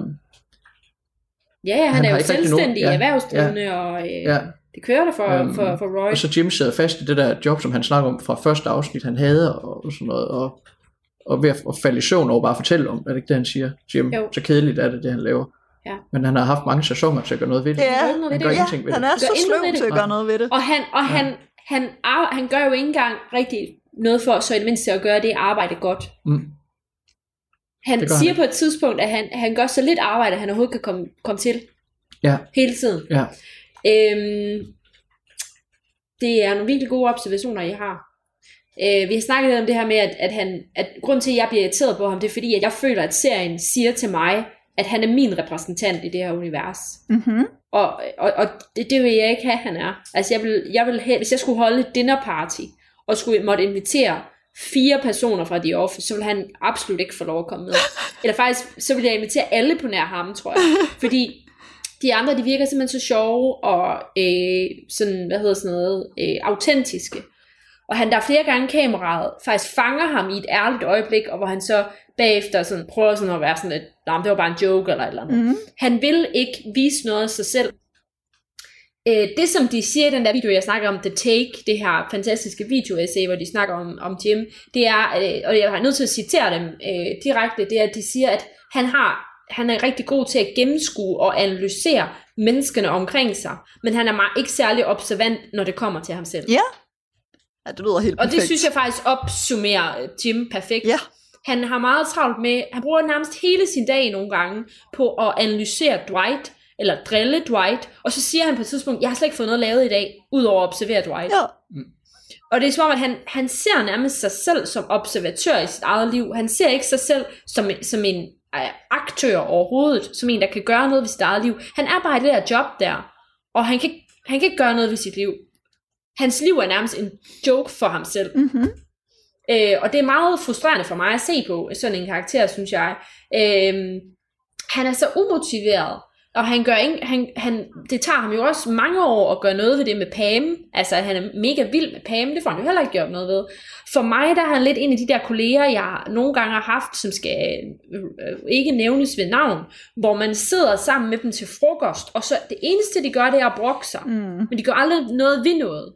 B: Ja, ja, han,
D: Han
B: er
D: har
B: jo
D: ikke rigtig
B: selvstændig
D: nogen- ja,
B: erhvervsdrivende, ja, og øh,
D: ja,
B: det kører der for,
D: Øhm,
B: for, for Roy.
D: og så Jim sidder fast i det der job, som han snakker om fra første afsnit, han havde og sådan noget, og, og ved at, at falde i søvn over bare at fortælle om, er det ikke det, han siger, Jim?
B: Jo.
D: Så kedeligt er det, det han laver.
B: Ja.
D: Men han har haft mange sæsoner til at gøre noget ved det.
C: Ja,
B: gør ikke noget ved
D: han
B: det.
D: gør
C: ja,
D: ingenting ved
C: han
D: det.
C: er
B: Gør
C: så
B: intet ved
C: sløv
B: det.
C: til at gøre noget ved det.
B: Og han, og han, han, ar- han gør jo ikke engang rigtig noget for, så i det mindste at gøre det arbejde godt.
D: Mm.
B: Han
D: Det gør
B: siger
D: han.
B: på et tidspunkt, at han, han gør så lidt arbejde, han overhovedet kan komme, komme til.
D: Ja.
B: Hele tiden.
D: Ja.
B: Øhm, det er nogle virkelig gode observationer, I har. Øh, vi har snakket lidt om det her med, at, at, han, at grund til, at jeg bliver irriteret på ham, det er fordi, at jeg føler, at serien siger til mig, at han er min repræsentant i det her univers.
C: Mm-hmm.
B: Og, og, og det, det vil jeg ikke have, han er. Altså jeg vil, jeg vil have, hvis jeg skulle holde et dinner party, og skulle måtte invitere fire personer fra The Office, så vil han absolut ikke få lov at komme med. Eller faktisk, så vil jeg invitere alle på nær ham, tror jeg. Fordi de andre, de virker simpelthen så sjove, og øh, sådan, hvad hedder sådan noget, øh, autentiske. Og han, der er flere gange kameraet faktisk fanger ham i et ærligt øjeblik, og hvor han så bagefter sådan, prøver sådan at være sådan lidt, nej, det var bare en joke eller et eller andet.
C: Mm-hmm.
B: Han vil ikke vise noget af sig selv. Øh, det som de siger i den der video, jeg snakker om, The Take, det her fantastiske video-essay, hvor de snakker om, om Jim, det er, øh, og jeg er nødt til at citere dem øh, direkte, det er, at de siger, at han har han er rigtig god til at gennemskue og analysere menneskene omkring sig, men han er meget, ikke særlig observant, når det kommer til ham selv.
C: Ja. Ja, det lyder helt
B: Og
C: perfekt.
B: det synes jeg faktisk opsummerer Jim perfekt.
C: Ja.
B: Han har meget travlt med, han bruger nærmest hele sin dag nogle gange på at analysere Dwight, eller drille Dwight, og så siger han på et tidspunkt, jeg har slet ikke fået noget lavet i dag, udover at observere Dwight.
C: Ja.
B: Og det er som om, at han, han ser nærmest sig selv som observatør i sit eget liv. Han ser ikke sig selv som, som en aktør overhovedet, som en, der kan gøre noget ved sit eget liv. Han er bare i det der job der, og han kan, han kan ikke gøre noget ved sit liv. Hans liv er nærmest en joke for ham selv.
C: Mm-hmm.
B: Øh, og det er meget frustrerende for mig at se på sådan en karakter, synes jeg. Øh, han er så umotiveret, og han gør ikke, han, han, det tager ham jo også mange år at gøre noget ved det med Pam. Altså, han er mega vild med Pam, det får han jo heller ikke gjort noget ved. For mig, der er han lidt en af de der kolleger, jeg nogle gange har haft, som skal øh, ikke nævnes ved navn, hvor man sidder sammen med dem til frokost, og så det eneste, de gør, det er at brokke sig. Mm. Men de gør aldrig noget ved noget.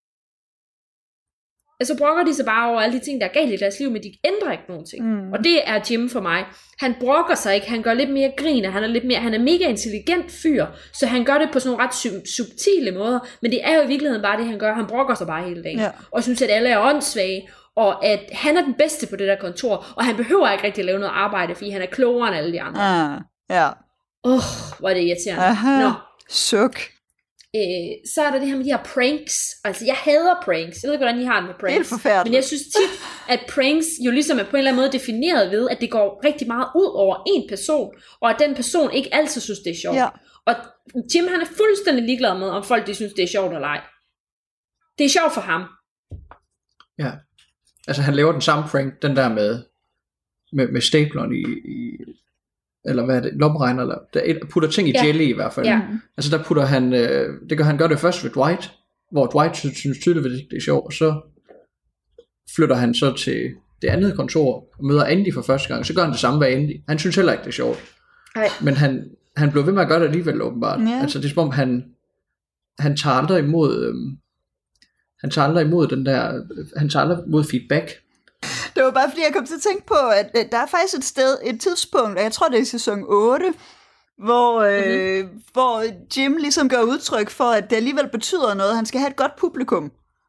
B: Og så brokker de sig bare over alle de ting, der er galt i deres liv, men de ændrer ikke nogen ting. Mm. Og det er Jim for mig. Han brokker sig ikke, han gør lidt mere grin, han er lidt mere, han er mega intelligent fyr, så han gør det på sådan nogle ret sub- subtile måder, men det er jo i virkeligheden bare det, han gør. Han brokker sig bare hele dagen, ja. Og synes, at alle er åndssvage, og at han er den bedste på det der kontor, og han behøver ikke rigtig at lave noget arbejde, fordi han er klogere end alle de andre.
C: Ah, ja.
B: Åh, oh, hvor er det irriterende.
C: Aha,
B: Nå.
C: suk.
B: Øh, så er der det her med de her pranks. Altså, jeg hader pranks. Jeg ved ikke, hvordan I har det med pranks.
C: Helt forfærdeligt.
B: Men jeg synes tit, at pranks jo ligesom er på en eller anden måde defineret ved, at det går rigtig meget ud over en person, og at den person ikke altid synes, det er sjovt.
C: Ja.
B: Og Jim, han er fuldstændig ligeglad med, om folk de synes, det er sjovt eller ej. Det er sjovt for ham.
D: Ja. Altså, han laver den samme prank, den der med, med, med stapleren i... i eller hvad er det, lommeregner, eller der putter ting i ja. jelly i hvert fald. Ja. Altså der putter han, øh, det gør han gør det først ved Dwight, hvor Dwight synes, synes tydeligt, at det er sjovt, og så flytter han så til det andet kontor, og møder Andy for første gang, så gør han det samme ved Andy. Han synes heller ikke, det er sjovt. Ej. Men han, han blev ved med at gøre det alligevel, åbenbart. Ja. Altså det er som om, han, han tager aldrig imod, øh, han tager aldrig imod den der, han tager aldrig imod feedback.
C: Det var bare fordi, jeg kom til at tænke på, at der er faktisk et sted, et tidspunkt, og jeg tror, det er i sæson otte, hvor, øh, mm-hmm. hvor Jim ligesom gør udtryk for, at det alligevel betyder noget. Han skal have et godt publikum.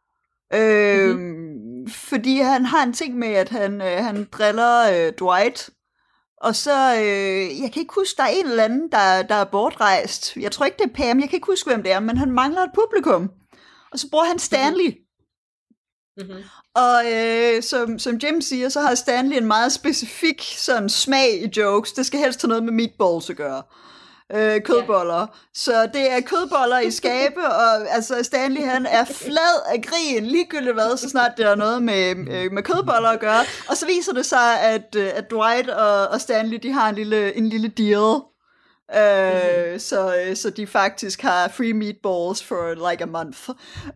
C: Øh, mm-hmm. Fordi han har en ting med, at han, øh, han driller øh, Dwight. Og så, øh, jeg kan ikke huske, der er en eller anden, der, der er bortrejst. Jeg tror ikke, det er Pam, jeg kan ikke huske, hvem det er, men han mangler et publikum. Og så bruger han Stanley. Mm-hmm. Og øh, som, som Jim siger, så har Stanley en meget specifik sådan smag i jokes. Det skal helst have noget med meatballs at gøre. Øh, kødboller. Yeah. Så det er kødboller i skabe, og altså Stanley han er flad af grin, ligegyldigt hvad, så snart det er noget med, øh, med kødboller at gøre. Og så viser det sig, at, at Dwight og, og Stanley, de har en lille, en lille deal. Uh, mm-hmm. så, så de faktisk har free meatballs for like a month.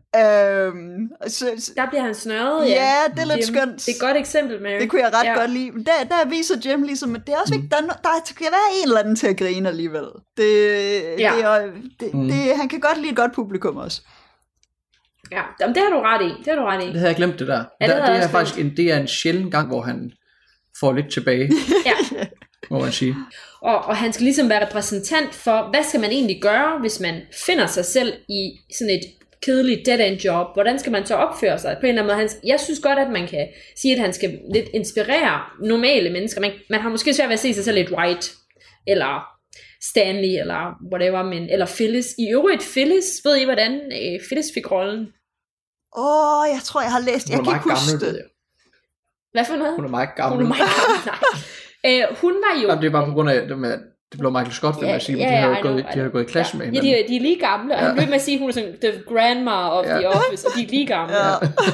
C: Um, så, så,
B: der bliver han snørret, ja.
C: Ja, det er lidt
B: Jim.
C: skønt.
B: Det er et godt eksempel, Mary.
C: Det kunne jeg ret
B: ja.
C: godt lide. Der, der viser Jim ligesom, at det er også vigtigt, der, der skal være en eller anden til at grine alligevel. Det, ja. det, er, det, mm. det, han kan godt lide et godt publikum også.
B: Ja, det har du ret i. Det har du ret i.
D: Det havde jeg glemt, det der. Ja, det, der, det er faktisk en, det er en sjælden gang, hvor han får lidt tilbage. Ja. Må man sige.
B: Og, og han skal ligesom være repræsentant for, hvad skal man egentlig gøre, hvis man finder sig selv i sådan et kedeligt dead-end job? Hvordan skal man så opføre sig? På en eller anden måde, han, jeg synes godt, at man kan sige, at han skal lidt inspirere normale mennesker. Man, man har måske svært ved at se sig selv lidt Dwight, eller Stanley, eller whatever, men, eller Phyllis. I øvrigt, Phyllis, ved I, hvordan øh, Phyllis fik rollen?
C: Åh, oh, jeg tror, jeg har læst. Jeg kan ikke huske det.
B: Hvad for noget?
D: Hun er meget gammel.
B: Hun er meget gammel, nej. Øh, hun var jo...
D: Jamen, det er bare på grund af, det, med, det blev Michael Scott, vil
B: ja,
D: man sige,
B: ja,
D: de har jo
B: ja,
D: gået,
B: know,
D: de har gået i klasse
B: ja.
D: med
B: hinanden. Ja, de, de er lige gamle, og ja. Han blev med at sige, at hun er sådan the grandma of ja. The office, og de er lige gamle. Ja.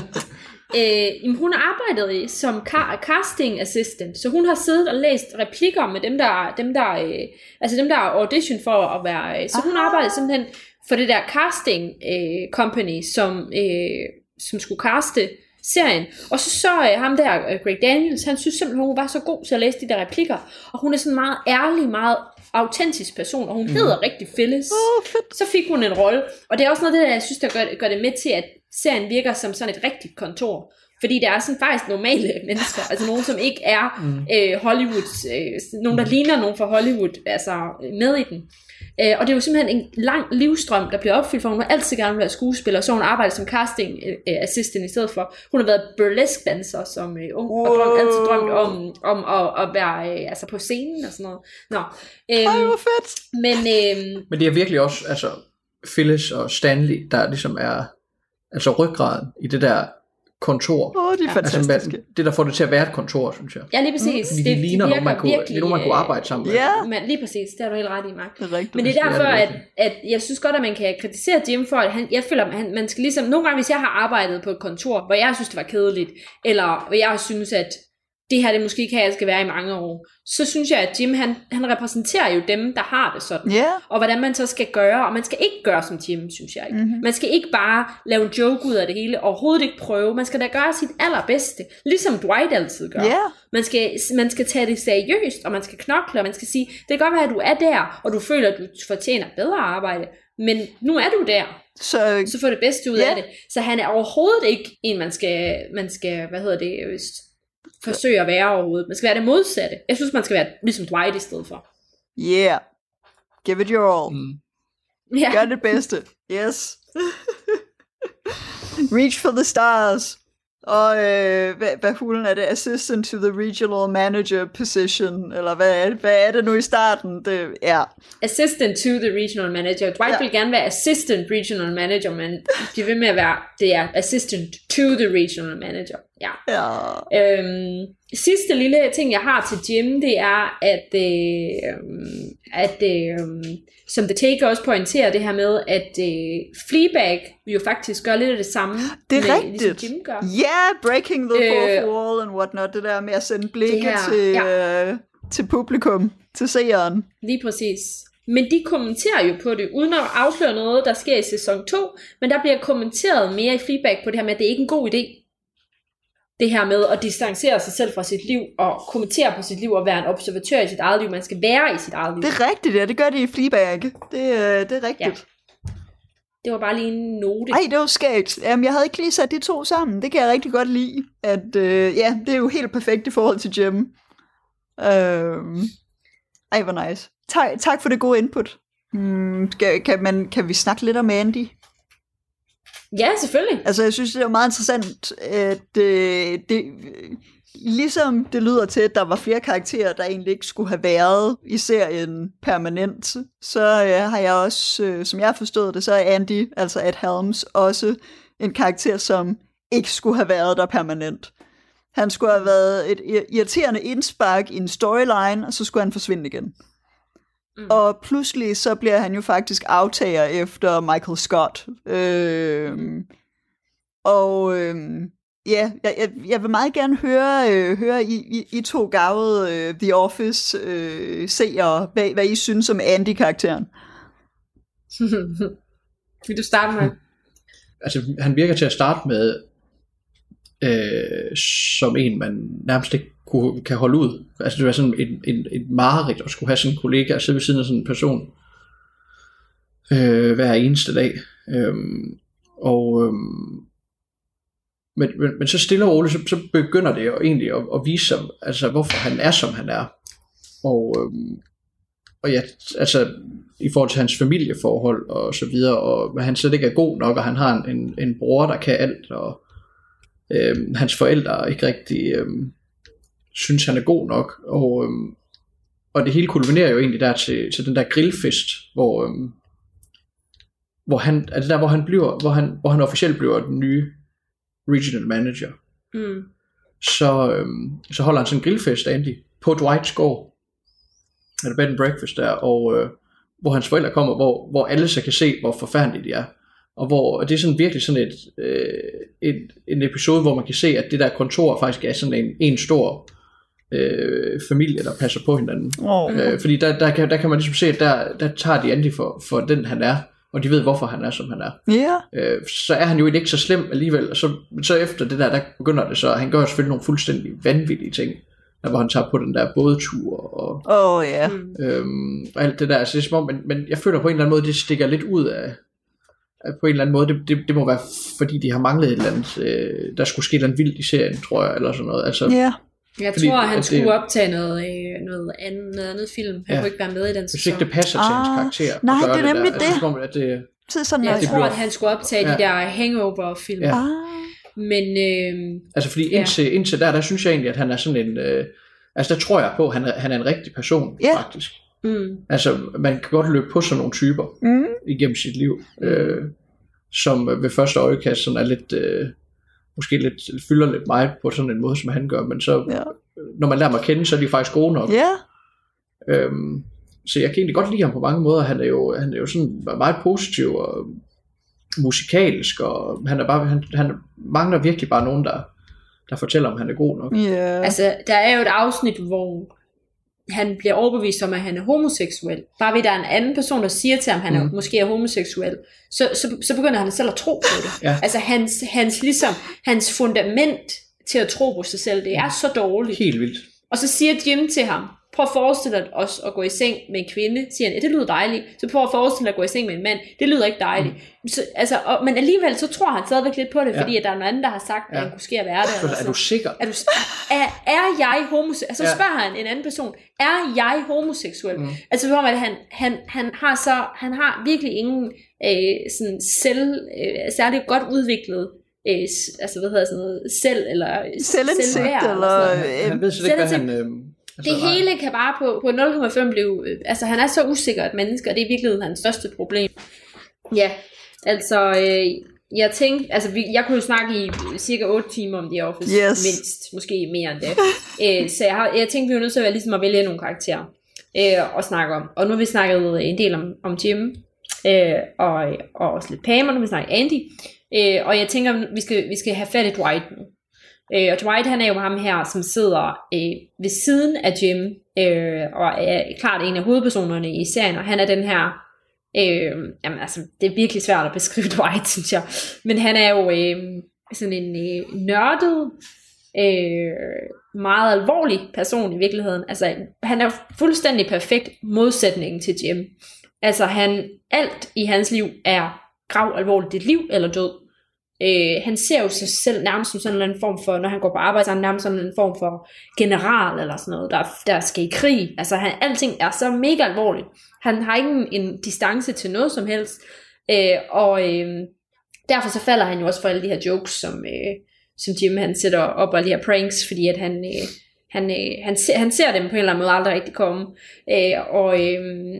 B: øh, hun har arbejdet som car- casting assistant, så hun har siddet og læst replikker med dem, der, dem der, øh, altså dem der audition for at være... Øh, så hun arbejdede simpelthen for det der casting øh, company, som, øh, som skulle caste serien. Og så så uh, ham der, uh, Greg Daniels, han synes simpelthen, hun var så god til at læse de der replikker. Og hun er sådan en meget ærlig, meget autentisk person, og hun mm. hedder rigtig Phyllis.
C: Oh, fedt.
B: Så fik hun en rolle. Og det er også noget af det, jeg synes, der gør, gør det med til, at serien virker som sådan et rigtigt kontor. Fordi der er sådan faktisk normale mennesker, altså nogen, som ikke er mm. øh, Hollywood, øh, nogen, der ligner nogen fra Hollywood, altså med i den. Øh, og det er jo simpelthen en lang livsstrøm, der bliver opfyldt, for hun har altid gerne været skuespiller, så hun arbejder som casting øh, assistant i stedet for. Hun har været burlesque danser som øh, ung, wow. Og drømt, altid drømt om, om at, at være øh, altså på scenen og sådan noget. Nå,
C: øh, Ej, hvor fedt!
B: Men, øh,
D: men det er virkelig også, altså Phyllis og Stanley, der ligesom er altså ryggraden i det der kontor.
C: Åh, oh, det er fantastiske.
D: Altså, det, der får det til at være et kontor, synes jeg.
B: Ja, lige præcis.
D: Mm. Det, det ligner noget, man kunne, virkelig, det man kunne arbejde sammen med.
C: Ja.
B: Men lige præcis, det har du helt ret i, Mark.
C: Det er rigtigt.
B: Men det er derfor, at, at jeg synes godt, at man kan kritisere Jim for, at han, jeg føler, at man skal ligesom, nogle gange, hvis jeg har arbejdet på et kontor, hvor jeg synes, det var kedeligt, eller hvor jeg synes, at det her, det måske ikke her, jeg skal være i mange år, så synes jeg, at Jim, han, han repræsenterer jo dem, der har det sådan.
C: Yeah.
B: Og hvordan man så skal gøre, og man skal ikke gøre som Jim, synes jeg ikke. Mm-hmm. Man skal ikke bare lave en joke ud af det hele, overhovedet ikke prøve. Man skal da gøre sit allerbedste, ligesom Dwight altid gør.
C: Yeah.
B: Man skal, man skal tage det seriøst, og man skal knokle, og man skal sige, det kan godt være, at du er der, og du føler, at du fortjener bedre arbejde, men nu er du der. Så, så få det bedste ud yeah. af det. Så han er overhovedet ikke en, man skal, man skal hvad hedder det, vist, forsøge at være overhovedet. Man skal være det modsatte. Jeg synes, man skal være ligesom Dwight i stedet for.
C: Yeah. Give it your all.
D: Mm.
B: Yeah.
C: Gør det bedste. Yes. Reach for the stars. Og øh, hvad, hvad hulen er det? Assistant to the regional manager position. Eller hvad er det, hvad er det nu i starten? Det, ja.
B: Assistant to the regional manager. Dwight ja. vil gerne være assistant regional manager, men de vil med at være, det er assistant to the regional manager. Ja.
C: ja.
B: Øhm, sidste lille ting, jeg har til Jim, det er, at, øh, at øh, som The Taker også pointerer det her med, at øh, Fleabag jo faktisk gør lidt af det samme.
C: Det er
B: med,
C: rigtigt.
B: ligesom Jim gør.
C: Yeah, breaking the fourth
B: øh,
C: wall and whatnot. Det der med at sende blikke
B: her,
C: til,
B: ja.
C: øh, til publikum, til seeren.
B: Lige præcis. Men de kommenterer jo på det, uden at afsløre noget, der sker i sæson to, men der bliver kommenteret mere i Fleabag på det her med, at det ikke er en god idé. Det her med at distancere sig selv fra sit liv, og kommentere på sit liv, og være en observatør i sit eget liv. Man skal være i sit eget liv.
C: Det er rigtigt, ja. Det gør det i Fleabag. Det, det er rigtigt. Ja.
B: Det var bare lige en note.
C: Ej, det var skægt. Jamen, jeg havde ikke lige sat de to sammen. Det kan jeg rigtig godt lide. At, øh, ja, det er jo helt perfekt i forhold til Jim. Øhm. Ej, hvor nice. Tak, tak for det gode input. Hmm, kan, kan, man, kan vi snakke lidt om Andy?
B: Ja, selvfølgelig.
C: Altså, jeg synes, det er meget interessant, at øh, det, ligesom det lyder til, at der var flere karakterer, der egentlig ikke skulle have været i serien permanent, så øh, har jeg også, øh, som jeg har forstået det, så er Andy, altså Ed Helms, også en karakter, som ikke skulle have været der permanent. Han skulle have været et irriterende indspark i en storyline, og så skulle han forsvinde igen. Mm. Og pludselig så bliver han jo faktisk aftager efter Michael Scott. Øhm, og øhm, ja, jeg, jeg vil meget gerne høre, øh, høre I, I, I to gavede øh, The Office øh, seere, hvad, hvad I synes om Andy-karakteren.
B: Vil du starte med?
D: Altså, han virker til at starte med øh, som en, man nærmest ikke kunne, kan holde ud. Altså det var sådan et, et, et mareridt at skulle have sådan en kollega og sidde ved siden af sådan en person øh, hver eneste dag. Øhm, og øhm, men, men, men så stille og roligt, så, så begynder det jo egentlig at, at vise sig, altså hvorfor han er, som han er. Og, øhm, og ja, altså i forhold til hans familieforhold og så videre, og han slet ikke er god nok, og han har en, en, en bror, der kan alt, og øhm, hans forældre ikke rigtig øhm, synes, han er god nok, og, øhm, og det hele kulminerer jo egentlig der til, til den der grillfest, hvor, øhm, hvor han, altså der, hvor han bliver, hvor han, hvor han officielt bliver den nye regional manager. Mm. Så, øhm, så holder han sådan en grillfest, Andy, på Dwight's gård, eller bed and breakfast der, og øh, hvor hans forældre kommer, hvor, hvor alle så kan se, hvor forfærdelige de er. Og hvor og det er sådan virkelig sådan et, øh, et, en episode, hvor man kan se, at det der kontor faktisk er sådan en, en stor øh, familie, der passer på hinanden. Oh. Øh, fordi der, der, kan, der kan man ligesom se, at der, der tager de Andy for, for den han er, og de ved, hvorfor han er, som han er.
C: Yeah. Øh,
D: så er han jo ikke så slem alligevel, og så, så efter det der, der begynder det så, han gør selvfølgelig nogle fuldstændig vanvittige ting, der hvor han tager på den der bådtur, og,
C: oh, yeah.
D: øhm, og alt det der, altså det er som om, men, men jeg føler på en eller anden måde, det stikker lidt ud af, på en eller anden måde, det, det, det må være fordi de har manglet et eller andet, øh, der skulle ske et eller andet vildt i serien, tror jeg, eller sådan noget. Altså,
C: yeah.
B: Jeg fordi, tror, han skulle det, optage noget, øh, noget, andet, noget andet film. Han ja, kunne ikke være med i den sæson.
D: Hvis ikke det passer til hans karakter.
C: Nej, det er nemlig
D: det.
C: det.
D: Altså, at det,
C: det er sådan,
B: jeg
C: det
B: tror,
C: bliver...
B: at han skulle optage ja. de der hangover-film. Ja. Ah. Men, øh,
D: altså fordi indtil, ja. indtil der, der synes jeg egentlig, at han er sådan en, øh, altså der tror jeg på, at han er, han er en rigtig person, yeah. faktisk. Mm. Altså, man kan godt løbe på sådan nogle typer mm. igennem sit liv, øh, som ved første øjekast sådan er lidt, øh, måske lidt, fylder lidt meget på sådan en måde, som han gør, men så, ja. når man lærer mig at kende, så er de faktisk gode nok.
C: Ja.
D: Øhm, så jeg kan egentlig godt lide ham på mange måder. Han er jo, han er jo sådan meget positiv og musikalsk, og han er bare, han, han mangler virkelig bare nogen, der, der fortæller, om han er god nok.
C: Yeah.
B: Altså, der er jo et afsnit, hvor han bliver overbevist om, at han er homoseksuel. Bare ved, der er en anden person, der siger til ham, at han mm. er, måske er homoseksuel, så, så, så begynder han selv at tro på det.
D: Ja.
B: Altså, hans, hans, ligesom, hans fundament til at tro på sig selv, det er så dårligt.
D: Helt vildt.
B: Og så siger Jim til ham, prøv at forestille dig os at gå i seng med en kvinde, siger han, det lyder dejligt. Så prøv at forestille dig at gå i seng med en mand, det lyder ikke dejligt. Mm. Så, altså, og, men alligevel så tror han stadigvæk lidt på det, ja. fordi at der er nogen anden, der har sagt, at ja. han kunne ske at være det.
D: Er, er du sikker?
B: Er, du, er, er jeg homoseksuel? Altså ja. spørger han en anden person, er jeg homoseksuel? Mm. Altså for at han, han, han har så, han har virkelig ingen øh, sådan selv, øh, særligt godt udviklet øh, altså hvad hedder sådan noget, selv eller
C: selvindsigt eller, eller
D: øh, han ved slet ikke, hvad han øh,
B: altså, det hele kan bare på, på nul komma fem blive, øh, altså han er så usikker et menneske, og det er i virkeligheden hans største problem. Ja, altså øh, jeg tænkte, altså vi, jeg kunne jo snakke i cirka otte timer om The Office,
C: yes.
B: mindst, måske mere end det. øh, så jeg, har, jeg tænkte, vi var nødt til at være ligesom at vælge nogle karakterer øh, og snakke om. Og nu har vi snakket en del om, om Jim, øh, og, og også lidt Pam, og nu har vi snakket Andy. Øh, og jeg tænker, vi skal, vi skal have fat i Dwight nu. Øh, og Dwight, han er jo ham her, som sidder øh, ved siden af Jim, øh, og er klart en af hovedpersonerne i serien, og han er den her, øh, jamen altså, det er virkelig svært at beskrive Dwight, synes jeg, men han er jo øh, sådan en øh, nørdet, øh, meget alvorlig person i virkeligheden. Altså, han er fuldstændig perfekt modsætning til Jim. Altså, han, alt i hans liv er grav alvorligt, dit liv eller død. Øh, han ser jo sig selv nærmest som sådan en form for, når han går på arbejde, så er han nærmest sådan en form for general eller sådan noget, der, der skal i krig. Altså han, alting er så mega alvorligt. Han har ikke en, en distance til noget som helst, øh, og øh, derfor så falder han jo også for alle de her jokes, som, øh, som Jim han sætter op, og de her pranks, fordi at han, øh, han, øh, han, ser, han ser dem på en eller anden måde aldrig rigtig komme. Øh, og øh,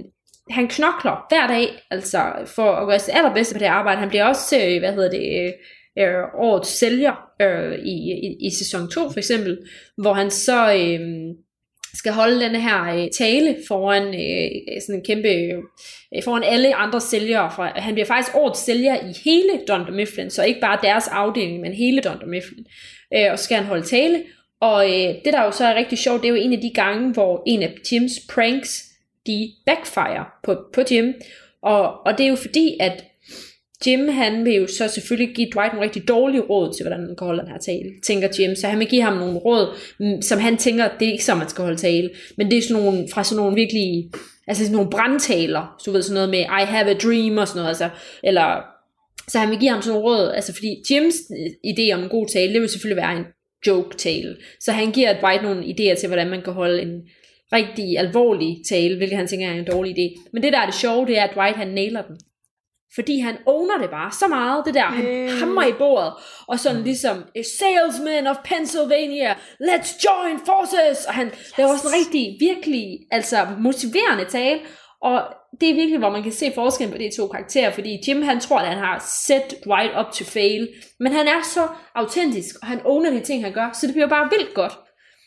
B: han knokler hver dag, altså for at gøre sig allerbedste på det arbejde. Han bliver også, øh, hvad hedder det, øh, årets sælger øh, i, i, i sæson to for eksempel, hvor han så øh, skal holde den her øh, tale foran øh, sådan en kæmpe, øh, foran alle andre sælgere. Fra, han bliver faktisk årets sælger i hele Dunder Mifflin, så ikke bare deres afdeling, men hele Dunder Mifflin. Øh, og så skal han holde tale, og øh, det der jo så er rigtig sjovt, det er jo en af de gange, hvor en af Jims pranks, de backfire på, på Jim, og, og det er jo fordi, at Jim, han vil jo så selvfølgelig give Dwight nogle rigtig dårlige råd til, hvordan man kan holde den her tale, tænker Jim, så han vil give ham nogle råd, som han tænker, det er ikke så, man skal holde tale, men det er sådan nogle, fra sådan nogle virkelig, altså sådan nogle brandtaler, så du ved, sådan noget med, I have a dream, og sådan noget, altså, eller, så han vil give ham sådan nogle råd, altså fordi Jims idé om en god tale, det vil selvfølgelig være en joke-tale, så han giver Dwight nogle idéer til, hvordan man kan holde en rigtig alvorlig tale, hvilket han tænker er en dårlig idé. Men det der er det sjove, det er, at Dwight han nailer den. Fordi han owner det bare så meget, det der, han hammer i bordet, og sådan ligesom, salesman of Pennsylvania, let's join forces, og han laver også en rigtig, virkelig, altså motiverende tale, og det er virkelig, hvor man kan se forskellen på de to karakterer, fordi Jim, han tror, at han har set Dwight up to fail, men han er så autentisk, og han owner de ting, han gør, så det bliver bare vildt godt.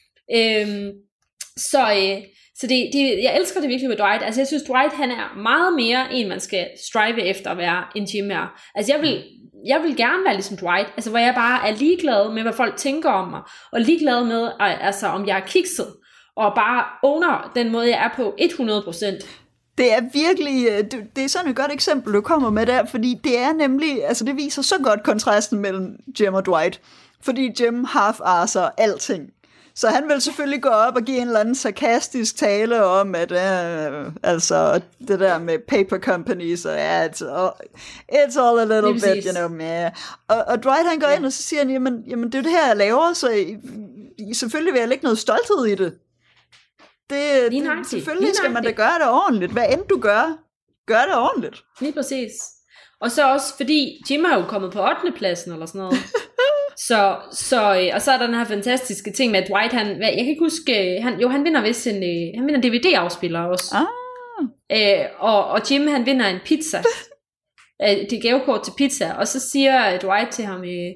B: Øhm, Så, øh, så det, det, jeg elsker det virkelig med Dwight. Altså jeg synes Dwight, han er meget mere en, man skal strive efter at være, end Jim er. Altså jeg vil, jeg vil gerne være ligesom Dwight, altså hvor jeg bare er ligeglad med, hvad folk tænker om mig, og ligeglad med, altså om jeg er kikset, og bare owner den måde, jeg er på hundrede procent.
C: Det er virkelig, det er sådan et godt eksempel, du kommer med der, fordi det er nemlig, altså det viser så godt kontrasten mellem Jim og Dwight, fordi Jim half-arser alting. Så han vil selvfølgelig gå op og give en eller anden sarkastisk tale om, at øh, altså det der med paper companies, og ja, it's all, it's all a little bit, you know, man. Og, og Dwight han går ja. ind, og så siger han, jamen, jamen det er det her, jeg laver, så I, I, selvfølgelig vil jeg lægge noget stolthed i det. Det, det selvfølgelig skal man da gøre det ordentligt. Hvad end du gør, gør det ordentligt.
B: Lige præcis. Og så også, fordi Jim er jo kommet på ottende pladsen, eller sådan noget. Så, så, og så er der den her fantastiske ting med, at Dwight, han, jeg kan ikke huske, han, jo han vinder vist en, han vinder en D V D-afspiller også.
C: Ah.
B: Øh, og, og Jim, han vinder en pizza. Det er gavekort til pizza, og så siger Dwight til ham,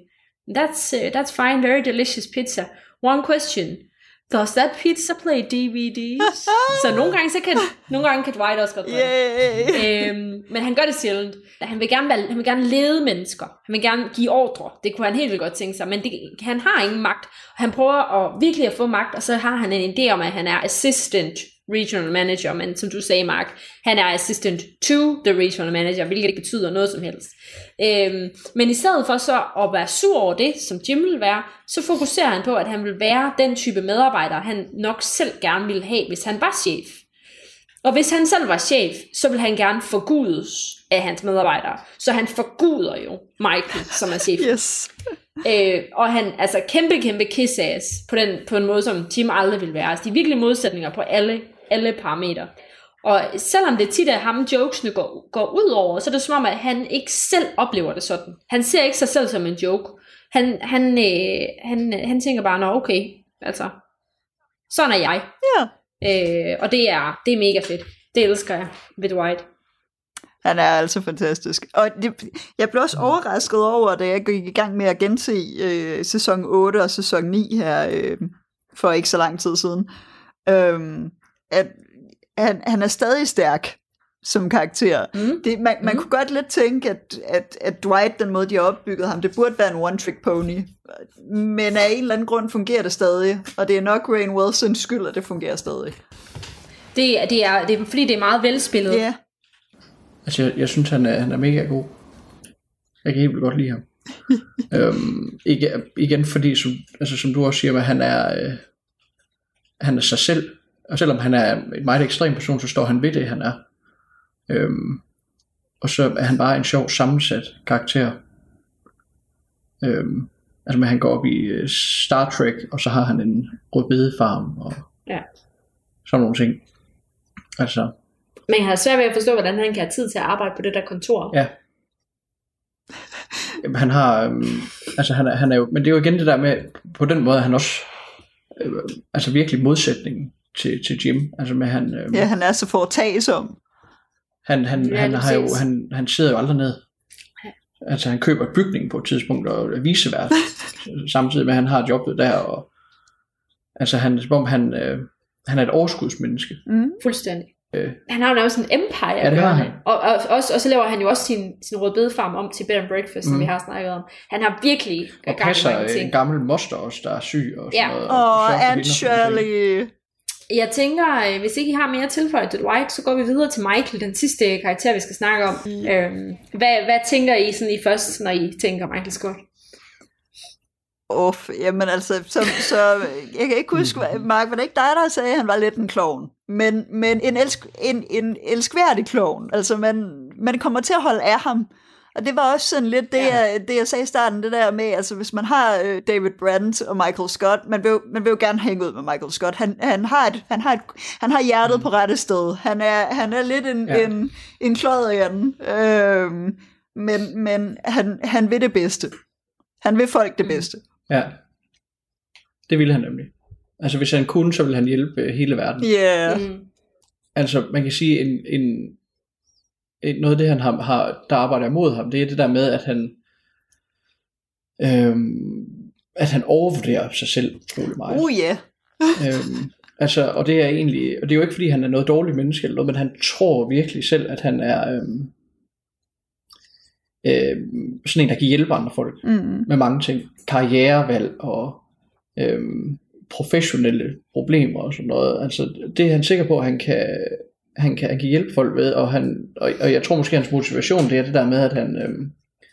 B: That's uh, that's fine, very delicious pizza. One question. Does that pizza play D V Ds? Så nogle gange, så kan, nogle gange kan Dwight også godt yeah. øhm, men han gør det sjældent. Han vil, gerne være, han vil gerne lede mennesker. Han vil gerne give ordre. Det kunne han helt vildt godt tænke sig. Men det, han har ingen magt. Han prøver at, virkelig at få magt, og så har han en idé om, at han er assistant regional manager. Men som du sagde, Mark, han er assistant to the regional manager, hvilket ikke betyder noget som helst. Øhm, men i stedet for så at være sur over det, som Jim vil være, så fokuserer han på, at han vil være den type medarbejder, han nok selv gerne ville have, hvis han var chef. Og hvis han selv var chef, så vil han gerne forgudes af hans medarbejdere. Så han forguder jo Michael, som er chef.
C: Yes.
B: øh, og han altså kæmpe, kæmpe kiss-ass på, den, på en måde, som Jim aldrig vil være. Altså de er virkelig modsætninger på alle, alle parametre. Og selvom det tit er ham, jokesene går, går ud over, så er det som om, at han ikke selv oplever det sådan. Han ser ikke sig selv som en joke. Han, han, øh, han, han tænker bare, nå okay, altså, sådan er jeg.
C: Ja.
B: Øh, og det er, det er mega fedt. Det elsker jeg ved Dwight.
C: Han er altså fantastisk. Og det, jeg blev også overrasket over, da jeg gik i gang med at gense øh, sæson otte og sæson ni her, øh, for ikke så lang tid siden, øh, at han, han er stadig stærk som karakter. Mm. Det, man, man mm. kunne godt lidt tænke, at, at, at Dwight, den måde de har opbygget ham, det burde være en one-trick pony. Men af en eller anden grund fungerer det stadig. Og det er nok Rainn Wilsons skyld, at det fungerer stadig.
B: Det, det, er, det er fordi, det er meget velspillet.
C: Ja. Yeah.
D: Altså, jeg, jeg synes, han er, han er mega god. Jeg kan helt vildt godt lide ham. øhm, ikke, igen, fordi, som, altså, som du også siger, at han er, øh, han er sig selv. Og selvom han er en meget ekstrem person, så står han ved det, han er. Øhm, og så er han bare en sjov sammensat karakter. Øhm, altså, men han går op i uh, Star Trek, og så har han en rødbedefarm og
B: ja.
D: sådan nogle ting. Altså.
B: Men jeg har svært ved at forstå, hvordan han kan have tid til at arbejde på det der kontor.
D: Ja. Jamen, han har, øhm, altså han er, han er jo, men det er jo igen det der med, på den måde, han også, øh, altså virkelig modsætningen til, til Jim. Altså med han, øh,
C: ja, han er så foretagsom.
D: Han, han, ja, han, har jo, han, han sidder jo aldrig ned. Altså han køber bygning på et tidspunkt og er vicevært, samtidig med at han har jobbet der. Og, altså han, som han, øh, han er et overskudsmenneske.
B: Mm. Fuldstændig. Øh. Han har jo nærmest en empire.
D: Ja, det har han.
B: Og, og, og, og så laver han jo også sin, sin rødbedefarm om til bed and breakfast, mm. som vi har snakket om. Han har virkelig
D: og passer en gammel moster også, der er syg og sådan
B: ja.
D: noget.
C: Åh, oh, Aunt Shirley.
B: Jeg tænker, hvis ikke I har mere tilføjet til Dwight, så går vi videre til Michael, den sidste karakter, vi skal snakke om. Mm. Øhm, hvad, hvad tænker I sådan i først, når I tænker Michael Scott?
C: Uff, jamen altså, så, så jeg kan ikke huske, Mark, var det ikke dig, der sagde, at han var lidt en klovn? Men, men en, elsk, en, en elskværdig klovn, altså man, man kommer til at holde af ham. Og det var også sådan lidt det, ja. jeg, det jeg sagde i starten, det der med, altså hvis man har øh, David Brent og Michael Scott, man vil, man vil jo gerne hænge ud med Michael Scott. Han, han, har, et, han, har, et, han har hjertet mm. på rette sted. Han er, han er lidt en, ja. en, en klodderhjerne, øhm, men, men han, han vil det bedste. Han vil folk det bedste.
D: Ja, det ville han nemlig. Altså hvis han kunne, så ville han hjælpe hele verden.
C: Ja. Yeah.
B: Mm.
D: Altså man kan sige, en, en, en, noget af det han har, har, der arbejder imod ham, det er det der med, at han øhm, at han overvurderer sig selv utrolig meget.
C: Oh ja.
D: Yeah. øhm, altså, og det er egentlig, og det er jo ikke fordi han er noget dårligt menneske eller noget, men han tror virkelig selv, at han er øhm, øhm, sådan en, der kan hjælpe andre folk mm. med mange ting. Karrierevalg og øhm, professionelle problemer og sådan noget. Altså det er han sikker på, at han kan, han kan, han kan hjælpe folk ved, og, han, og, og jeg tror måske hans motivation, det er det der med, at han, øhm,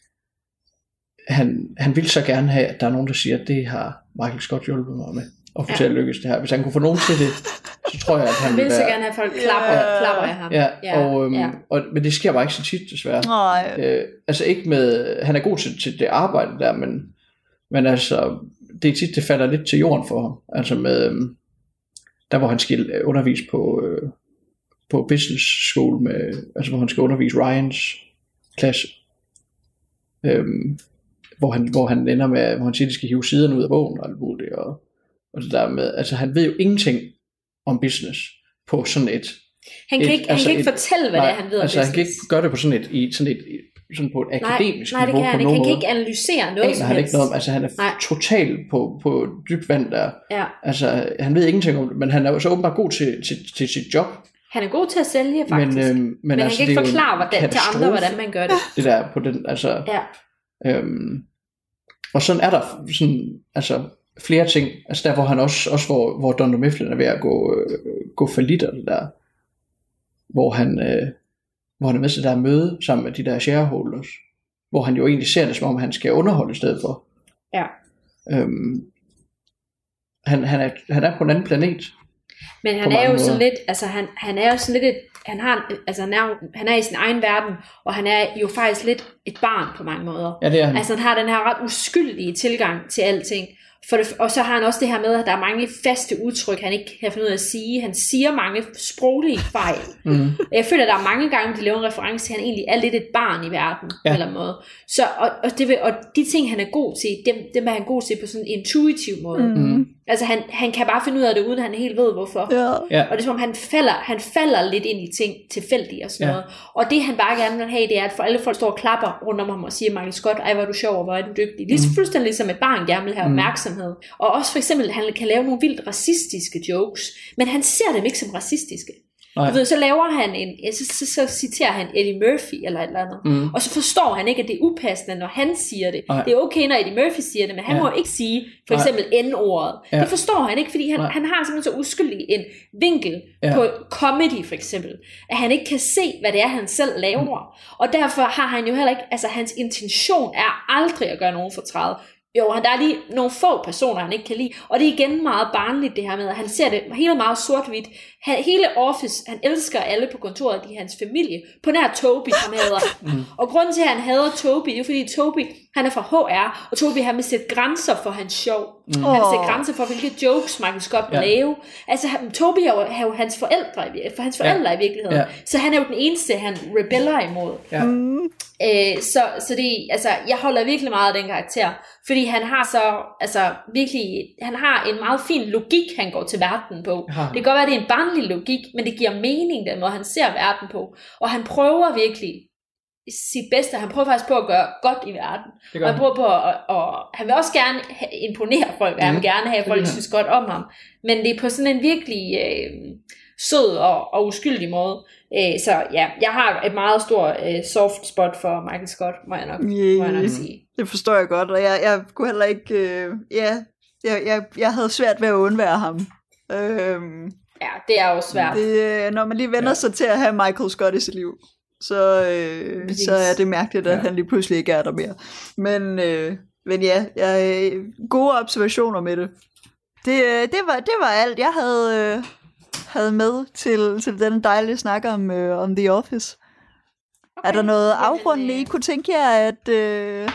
D: han, han vil så gerne have, at der er nogen, der siger, at det har Michael Scott hjulpet mig med, og få til at lykkes det her. Hvis han kunne få nogen til det, så tror jeg, at han,
B: han vil
D: vil
B: så
D: være,
B: gerne have folk klapper, yeah. klapper af ham.
D: Ja, ja, og, øhm, ja. Og, men det sker bare ikke så tit, desværre.
C: Nej.
D: Øh, altså ikke med, han er god til, til det arbejde der, men, men altså, det er tit, det falder lidt til jorden for ham. Altså med, øhm, der hvor han skal undervise på, øh, på business school, med, altså hvor han skal undervise Ryans klasse, øhm, hvor, han, hvor han ender med, hvor han siger, at de skal hive siderne ud af bogen og alt muligt, og, og det der med, altså han ved jo ingenting om business på sådan et
B: Han kan
D: et,
B: ikke,
D: altså
B: han kan ikke
D: et,
B: fortælle, hvad
D: nej,
B: det er, han ved
D: altså
B: om
D: han kan ikke gøre det på sådan et, i, sådan et sådan på et akademisk
B: nej, nej, det
D: niveau
B: kan han
D: på
B: ikke. Han
D: nogen
B: kan
D: måde.
B: ikke analysere noget
D: Aner
B: som
D: han
B: helst.
D: ikke noget om, altså han er
B: Nej.
D: totalt på, på dybt vand der.
B: Ja.
D: Altså han ved ingenting om det, men han er jo så åbenbart god til, til, til sit job.
B: Han er god til at sælge, faktisk.
D: Men, øhm, men,
B: men
D: altså,
B: han kan ikke forklare hvordan, til andre, hvordan man gør det.
D: Det der på den, altså...
B: Ja.
D: Øhm, og sådan er der sådan, altså flere ting, altså der hvor han også, også hvor, hvor Dunder Mifflin er ved at gå, øh, gå fallit og det der, hvor han, øh, hvor han er med til der møde sammen med de der shareholders, hvor han jo egentlig ser det som om han skal underholde i stedet for.
B: Ja.
D: Øhm, han, han, er, han er på en anden planet.
B: Men han er jo måder. sådan lidt, altså han, han er jo sådan lidt, et, han har, altså han er, han er i sin egen verden, og han er jo faktisk lidt et barn på mange måder.
D: Ja, det er han.
B: Altså han har den her ret uskyldige tilgang til alting. For det, og så har han også det her med, at der er mange faste udtryk, han ikke kan finde ud af at sige. Han siger mange sproglige fejl. Mm. Jeg føler, at der er mange gange, de laver en reference til, at han egentlig er lidt et barn i verden. Ja. På en eller anden måde. Så, og, og, det vil, og de ting, han er god til, dem, dem er han god til på sådan en intuitiv måde. Mm. Altså han, han kan bare finde ud af det, uden han helt ved hvorfor.
C: Ja.
D: Ja.
B: Og det er som om, han falder, han falder lidt ind i ting tilfældigt og sådan ja. noget. Og det han bare gerne vil have, det er, at for alle folk står og klapper rundt om ham og siger, Michael Scott, ej hvor er du sjov, og hvor er du dygtig. Det er mm. fuldstændig ligesom et barn gerne vil have opmærksomhed. Og også for eksempel, han kan lave nogle vildt racistiske jokes, men han ser dem ikke som racistiske. Du ved, så laver han en, så, så, så citerer han Eddie Murphy eller et eller andet, mm. og så forstår han ikke, at det er upassende, når han siger det. Ej. Det er okay, når Eddie Murphy siger det, men han ja. må ikke sige for eksempel N-ordet. Ja. Det forstår han ikke, fordi han, han har simpelthen så uskyldig en vinkel ja. på comedy for eksempel, at han ikke kan se, hvad det er, han selv laver. Mm. Og derfor har han jo heller ikke, altså hans intention er aldrig at gøre nogen fortræd. Jo, der er lige nogle få personer, han ikke kan lide, og det er igen meget barnligt det her med, at han ser det hele meget sort-hvidt. Han, hele Office, han elsker alle på kontoret, de er hans familie, på nær Toby, han hader. Mm. Og grunden til, at han hader Toby, det er fordi Toby, han er fra H R, og Toby han vil sætte grænser for hans show. Mm. Han vil sætte grænser for, hvilke jokes Michael Scott vil ja. lave. Altså, han, Toby er jo, er jo hans forældre, for hans forældre ja. i virkeligheden. Ja. Så han er jo den eneste, han rebeller imod. Ja. Mm. Øh, så, så det, altså, jeg holder virkelig meget af den karakter, fordi han har så, altså virkelig, han har en meget fin logik, han går til verden på. Aha. Det kan godt være, det er en barnlig logik, men det giver mening, den måde han ser verden på. Og han prøver virkelig sit bedste, han prøver faktisk på at gøre godt i verden. Og han prøver på at, og han vil også gerne imponere folk, mm. han vil gerne have, at folk synes godt om ham. Men det er på sådan en virkelig øh, sød og, og uskyldig måde. Øh, så ja, jeg har et meget stort øh, soft spot for Michael Scott, må jeg nok,
C: yeah.
B: må jeg nok sige.
C: Det forstår jeg godt, og jeg, jeg kunne heller ikke, øh, ja, jeg, jeg, jeg havde svært ved at undvære ham. Øhm,
B: ja, det er jo svært.
C: Det, når man lige vender ja. sig til at have Michael Scott i sit liv, så, øh, så er det mærkeligt, at ja. han lige pludselig ikke er der mere. Men, øh, men ja, jeg, gode observationer med det. Det, det, var, det var alt, jeg havde, øh, havde med til, til den dejlige snak om, øh, om The Office. Okay. Er der noget afrundende, I kunne tænke jer, at øh,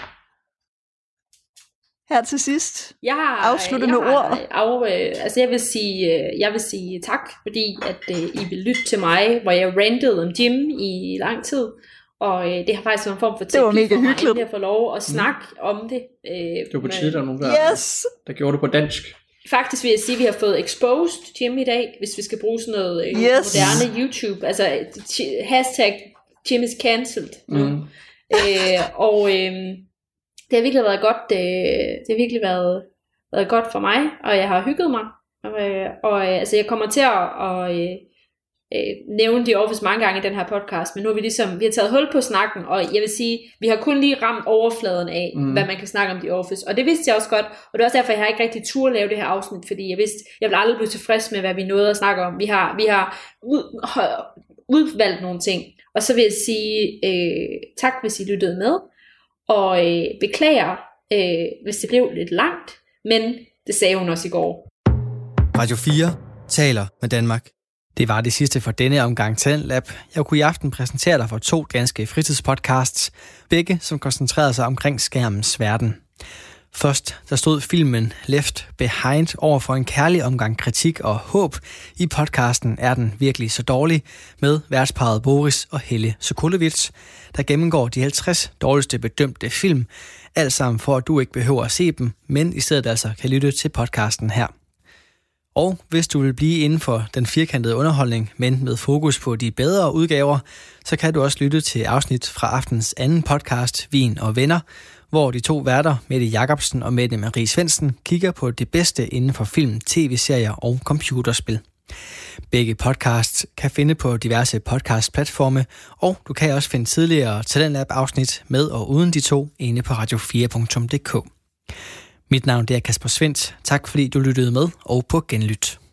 C: her til sidst
B: jeg har,
C: afsluttende
B: jeg har,
C: ord?
B: Af, øh, altså jeg vil sige, øh, jeg vil sige tak, fordi at øh, I vil lytte til mig, hvor jeg rantede om Jim i lang tid. Og øh, det har faktisk været en form for terapi for mig, at jeg får lov at snakke mm. om det. Øh,
D: det var på tide, der nogen, der,
C: yes.
D: der gjorde det på dansk.
B: Faktisk vil jeg sige, at vi har fået exposed Jim i dag, hvis vi skal bruge sådan noget øh, yes. moderne YouTube. Altså hashtag Jim is cancelled. Mm. Øh, og øh, det har virkelig været godt. Øh, det har virkelig været, været godt for mig, og jeg har hygget mig. Og, øh, og øh, altså jeg kommer til at og, øh, øh, nævne The Office mange gange i den her podcast, men nu har vi ligesom vi har taget hul på snakken, og jeg vil sige, vi har kun lige ramt overfladen af, mm. hvad man kan snakke om The Office, og det vidste jeg også godt, og det er også derfor, jeg har ikke rigtig tur at lave det her afsnit, fordi jeg vidste, jeg vil aldrig blive tilfreds med, hvad vi nåede at snakke om. Vi har, vi har ud, udvalgt nogle ting, og så vil jeg sige øh, tak, hvis I lyttede med, og øh, beklager, øh, hvis det blev lidt langt, men det sagde hun også i går.
A: Radio fire taler med Danmark. Det var det sidste for denne omgang Talentlab. Jeg kunne i aften præsentere dig for to danske fritidspodcasts, begge som koncentrerede sig omkring skærmens verden. Først der stod filmen Left Behind over for en kærlig omgang kritik og håb. I podcasten Er den virkelig så dårlig? Med værtsparret Boris og Helle Sokolowitz, der gennemgår de halvtreds dårligste bedømte film. Alt sammen for at du ikke behøver at se dem, men i stedet altså kan lytte til podcasten her. Og hvis du vil blive inden for den firkantede underholdning, men med fokus på de bedre udgaver, så kan du også lytte til afsnit fra aftens anden podcast, Vin og Venner, hvor de to værter, Mette Jacobsen og Mette Marie Svendsen, kigger på det bedste inden for film, tv-serier og computerspil. Begge podcasts kan finde på diverse podcastplatforme, og du kan også finde tidligere Talentlab-afsnit med og uden de to inde på radio fire punktum d k. Mit navn er Kasper Svendt. Tak fordi du lyttede med, og på genlyt.